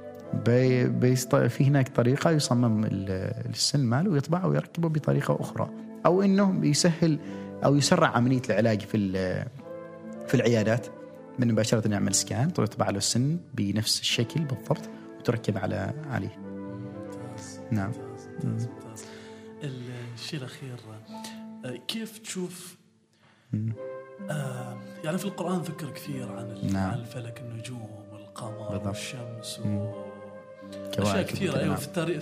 في هناك طريقة يصمم السن ماله ويطبعه ويركبه بطريقة أخرى، أو إنه يسهل أو يسرع عملية العلاج في العيادات من مباشرة يعمل سكان ويطبع له السن بنفس الشكل بالضبط وتركب عليه. ممتاز. نعم. ممتاز. الشيء الأخير، كيف تشوف يعني في القرآن ذكر كثير عن نعم. الفلك، النجوم والقمر بالضبط. والشمس أشياء كثيرة. أيوة،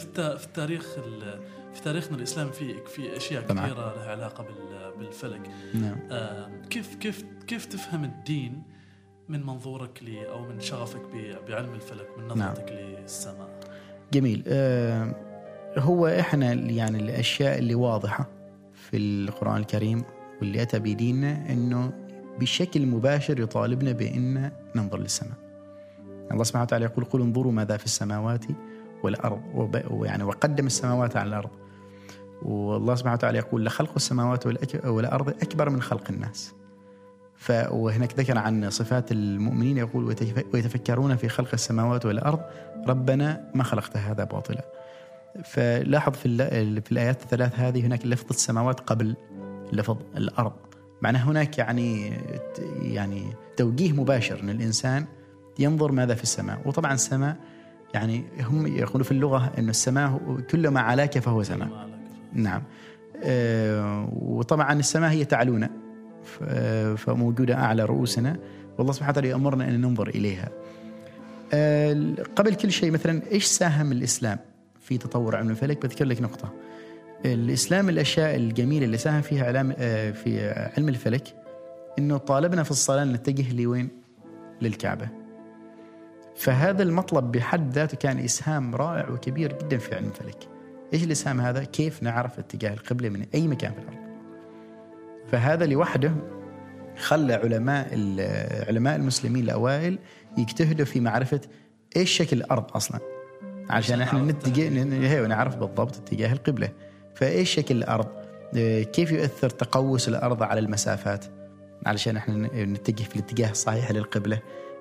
في تاريخنا الإسلامي في أشياء كثيرة لها علاقة بالفلك. نعم. كيف تفهم الدين من منظورك لي أو من شغفك بعلم الفلك، من نظرتك للسماء؟ جميل. هو إحنا يعني الأشياء اللي واضحة في القرآن الكريم واللي أتى بديننا إنه بشكل مباشر يطالبنا بأن ننظر للسماء. الله سبحانه وتعالى يقول: قل انظروا ماذا في السماوات والأرض، ويعني وقدم السماوات على الأرض. والله سبحانه وتعالى يقول: لخلق السماوات والأرض أكبر من خلق الناس. وهناك ذكر عن صفات المؤمنين يقول: ويتفكرون في خلق السماوات والأرض ربنا ما خلقت هذا باطلا. فلاحظ في الآيات الثلاث هذه هناك لفظ السماوات قبل لفظ الأرض، معناه هناك يعني توجيه مباشر أن الإنسان ينظر ماذا في السماء. وطبعا السماء يعني هم يقولوا في اللغة أن السماء كل ما علاك فهو سماء. نعم. وطبعا السماء هي تعلونا، فموجودة أعلى رؤوسنا، والله سبحانه وتعالى يأمرنا أن ننظر إليها. قبل كل شيء مثلا إيش ساهم الإسلام في تطور علم الفلك؟ بذكر لك نقطة. الإسلام الأشياء الجميلة اللي ساهم فيها في علم الفلك إنه طالبنا في الصلاة نتجه لوين؟ للكعبة. فهذا المطلب بحد ذاته كان إسهام رائع وكبير جدا في علم الفلك. إيش الإسهام هذا؟ كيف نعرف اتجاه القبلة من أي مكان في الأرض. فهذا لوحده خلى علماء المسلمين الأوائل يجتهدوا في معرفة إيش شكل الأرض أصلا، عشان إحنا نتجه ونعرف بالضبط اتجاه القبلة. فإيش شكل الأرض، كيف يؤثر تقوس الأرض على المسافات علشان إحنا نتجه في الاتجاه الصحيح للقبلة.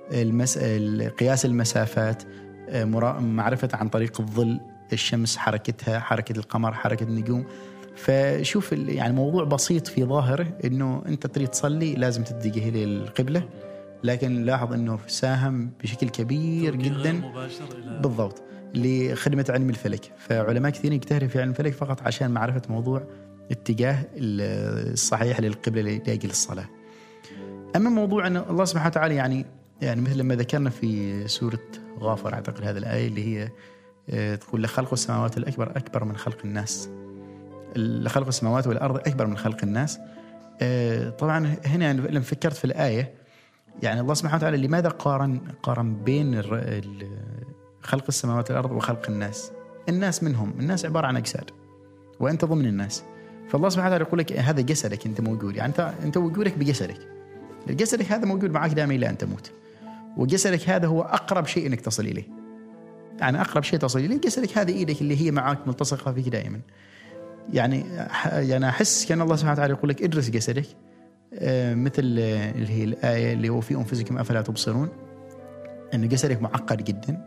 قياس المسافات، معرفة عن طريق الظل، الشمس حركتها، حركة القمر، حركة النجوم. فشوف يعني موضوع بسيط في ظاهره، انه انت تريد تصلي لازم تتجه للقبله، لكن لاحظ انه ساهم بشكل كبير جدا بالضبط لخدمه علم الفلك. فعلماء كثيرين يجتهدوا في علم الفلك فقط عشان معرفه موضوع اتجاه الصحيح للقبله لاجل الصلاه. اما موضوع ان الله سبحانه وتعالى يعني مثل ما ذكرنا في سوره غافر، اعتقد هذه الايه اللي هي تقول لخلق السماوات الأكبر أكبر من خلق الناس، لخلق السماوات والأرض أكبر من خلق الناس. طبعا هنا لما فكرت في الآية، يعني الله سبحانه وتعالى لماذا قارن بين خلق السماوات والأرض وخلق الناس؟ الناس منهم، الناس عبارة عن أجساد وأنت ضمن الناس. فالله سبحانه وتعالى يقول لك هذا جسدك، أنت موجود، يعني أنت وجودك بجسدك، جسدك هذا موجود معك دائما إلى أن تموت، وجسدك هذا هو أقرب شيء إنك تصل إليه، يعني أقرب شيء تصل إليه جسدك، هذه إيدك اللي هي معك ملتصقة فيك دائما. يعني أحس كأن الله سبحانه وتعالى يقول لك ادرس جسدك، مثل اللي هي الآية اللي هو في أنفسكم أفلا تبصرون، أن جسدك معقد جدا،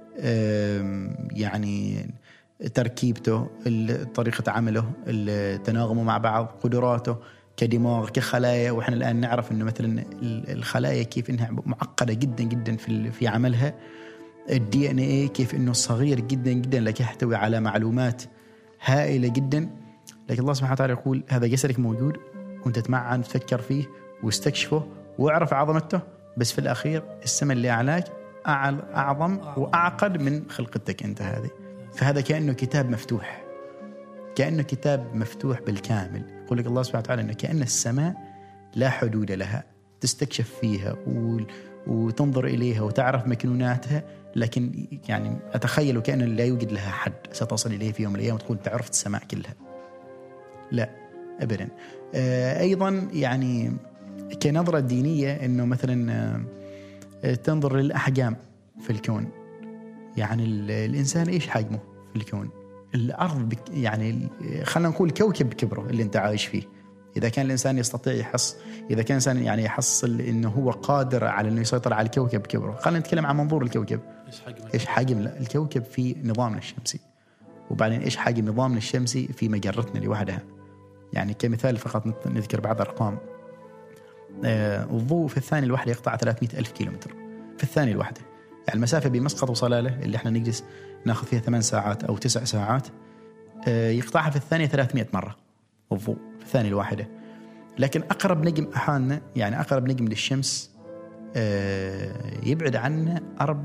يعني تركيبته، طريقة عمله، التناغم مع بعض، قدراته كدماغ كخلايا. وإحنا الآن نعرف أنه مثلا الخلايا كيف إنها معقدة جدا جدا في عملها. الدي ان ايه كيف انه صغير جدا جدا لكن يحتوي على معلومات هائله جدا، لكن الله سبحانه وتعالى يقول هذا جسدك موجود وانت تمعن تفكر فيه واستكشفه واعرف عظمته، بس في الاخير السماء اللي اعلاك اعظم واعقد من خلقتك انت هذه. فهذا كانه كتاب مفتوح، كانه كتاب مفتوح بالكامل. يقول لك الله سبحانه وتعالى انه كأن السماء لا حدود لها، تستكشف فيها وتنظر إليها وتعرف مكنوناتها، لكن يعني أتخيل كأن لا يوجد لها حد ستصل إليه في يوم من الأيام وتكون تعرف السماء كلها، لا أبدا. أيضا يعني كنظرة دينية أنه مثلا تنظر للأحجام في الكون، يعني الإنسان إيش حجمه في الكون؟ الأرض يعني خلينا نقول كوكب كبره اللي أنت عايش فيه. إذا كان الإنسان يستطيع يحص، إذا كان الإنسان يعني يحصل إنه هو قادر على إنه يسيطر على الكوكب كبره، خلينا نتكلم عن منظور الكوكب. إيش حجم الكوكب في نظامنا الشمسي، وبعدين إيش حجم نظامنا الشمسي في مجرتنا لوحدها. يعني كمثال فقط نذكر بعض أرقام. الضوء في الثانية الواحدة يقطع 300,000 كيلومتر في الثانية الواحدة. يعني المسافة بين مسقط وصلالة اللي احنا نجلس ناخذ فيها 8 ساعات أو 9 ساعات، يقطعها في الثانية 300 مرة الضوء في الثانية الواحدة. لكن أقرب نجم أحالنا، يعني أقرب نجم للشمس، يبعد عنا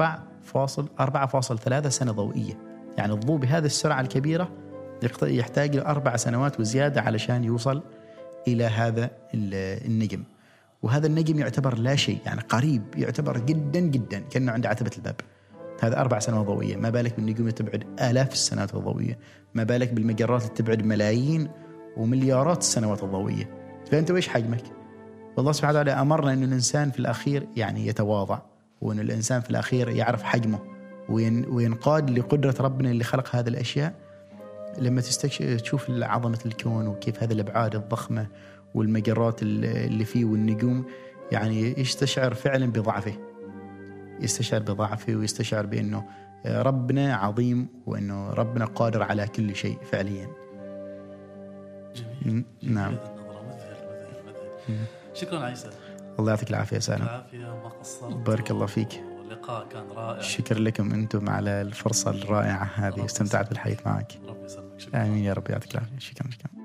4.3 سنة ضوئية. يعني الضوء بهذه السرعة الكبيرة يحتاج 4 سنوات وزيادة علشان يوصل إلى هذا النجم. وهذا النجم يعتبر لا شيء، يعني قريب، يعتبر جدا جدا كأنه عند عتبة الباب. هذا 4 سنوات ضوئية، ما بالك بالنجوم تبعد آلاف السنوات الضوئية، ما بالك بالمجرات اللي تبعد ملايين ومليارات السنوات الضوئية. فأنت وإيش حجمك؟ والله سبحانه وتعالى أمرنا أن الإنسان في الأخير يعني يتواضع، وأن الإنسان في الأخير يعرف حجمه وينقاد لقدرة ربنا اللي خلق هذه الأشياء. لما تشوف عظمة الكون وكيف هذه الأبعاد الضخمة والمجرات اللي فيه والنجوم، يعني يستشعر فعلا بضعفه، يستشعر بضعفه ويستشعر بأنه ربنا عظيم وأنه ربنا قادر على كل شيء فعليا. جميل. نعم. شكرا عيسى. الله يعطيك العافية سالم. العافية ما قصرت. بارك الله فيك. اللقاء كان رائع. شكر لكم أنتم على الفرصة الرائعة هذه، استمتعت بالحديث معك. ربي يسلمك. شكرا. آمين يا رب. يعطيك العافية. شكرا.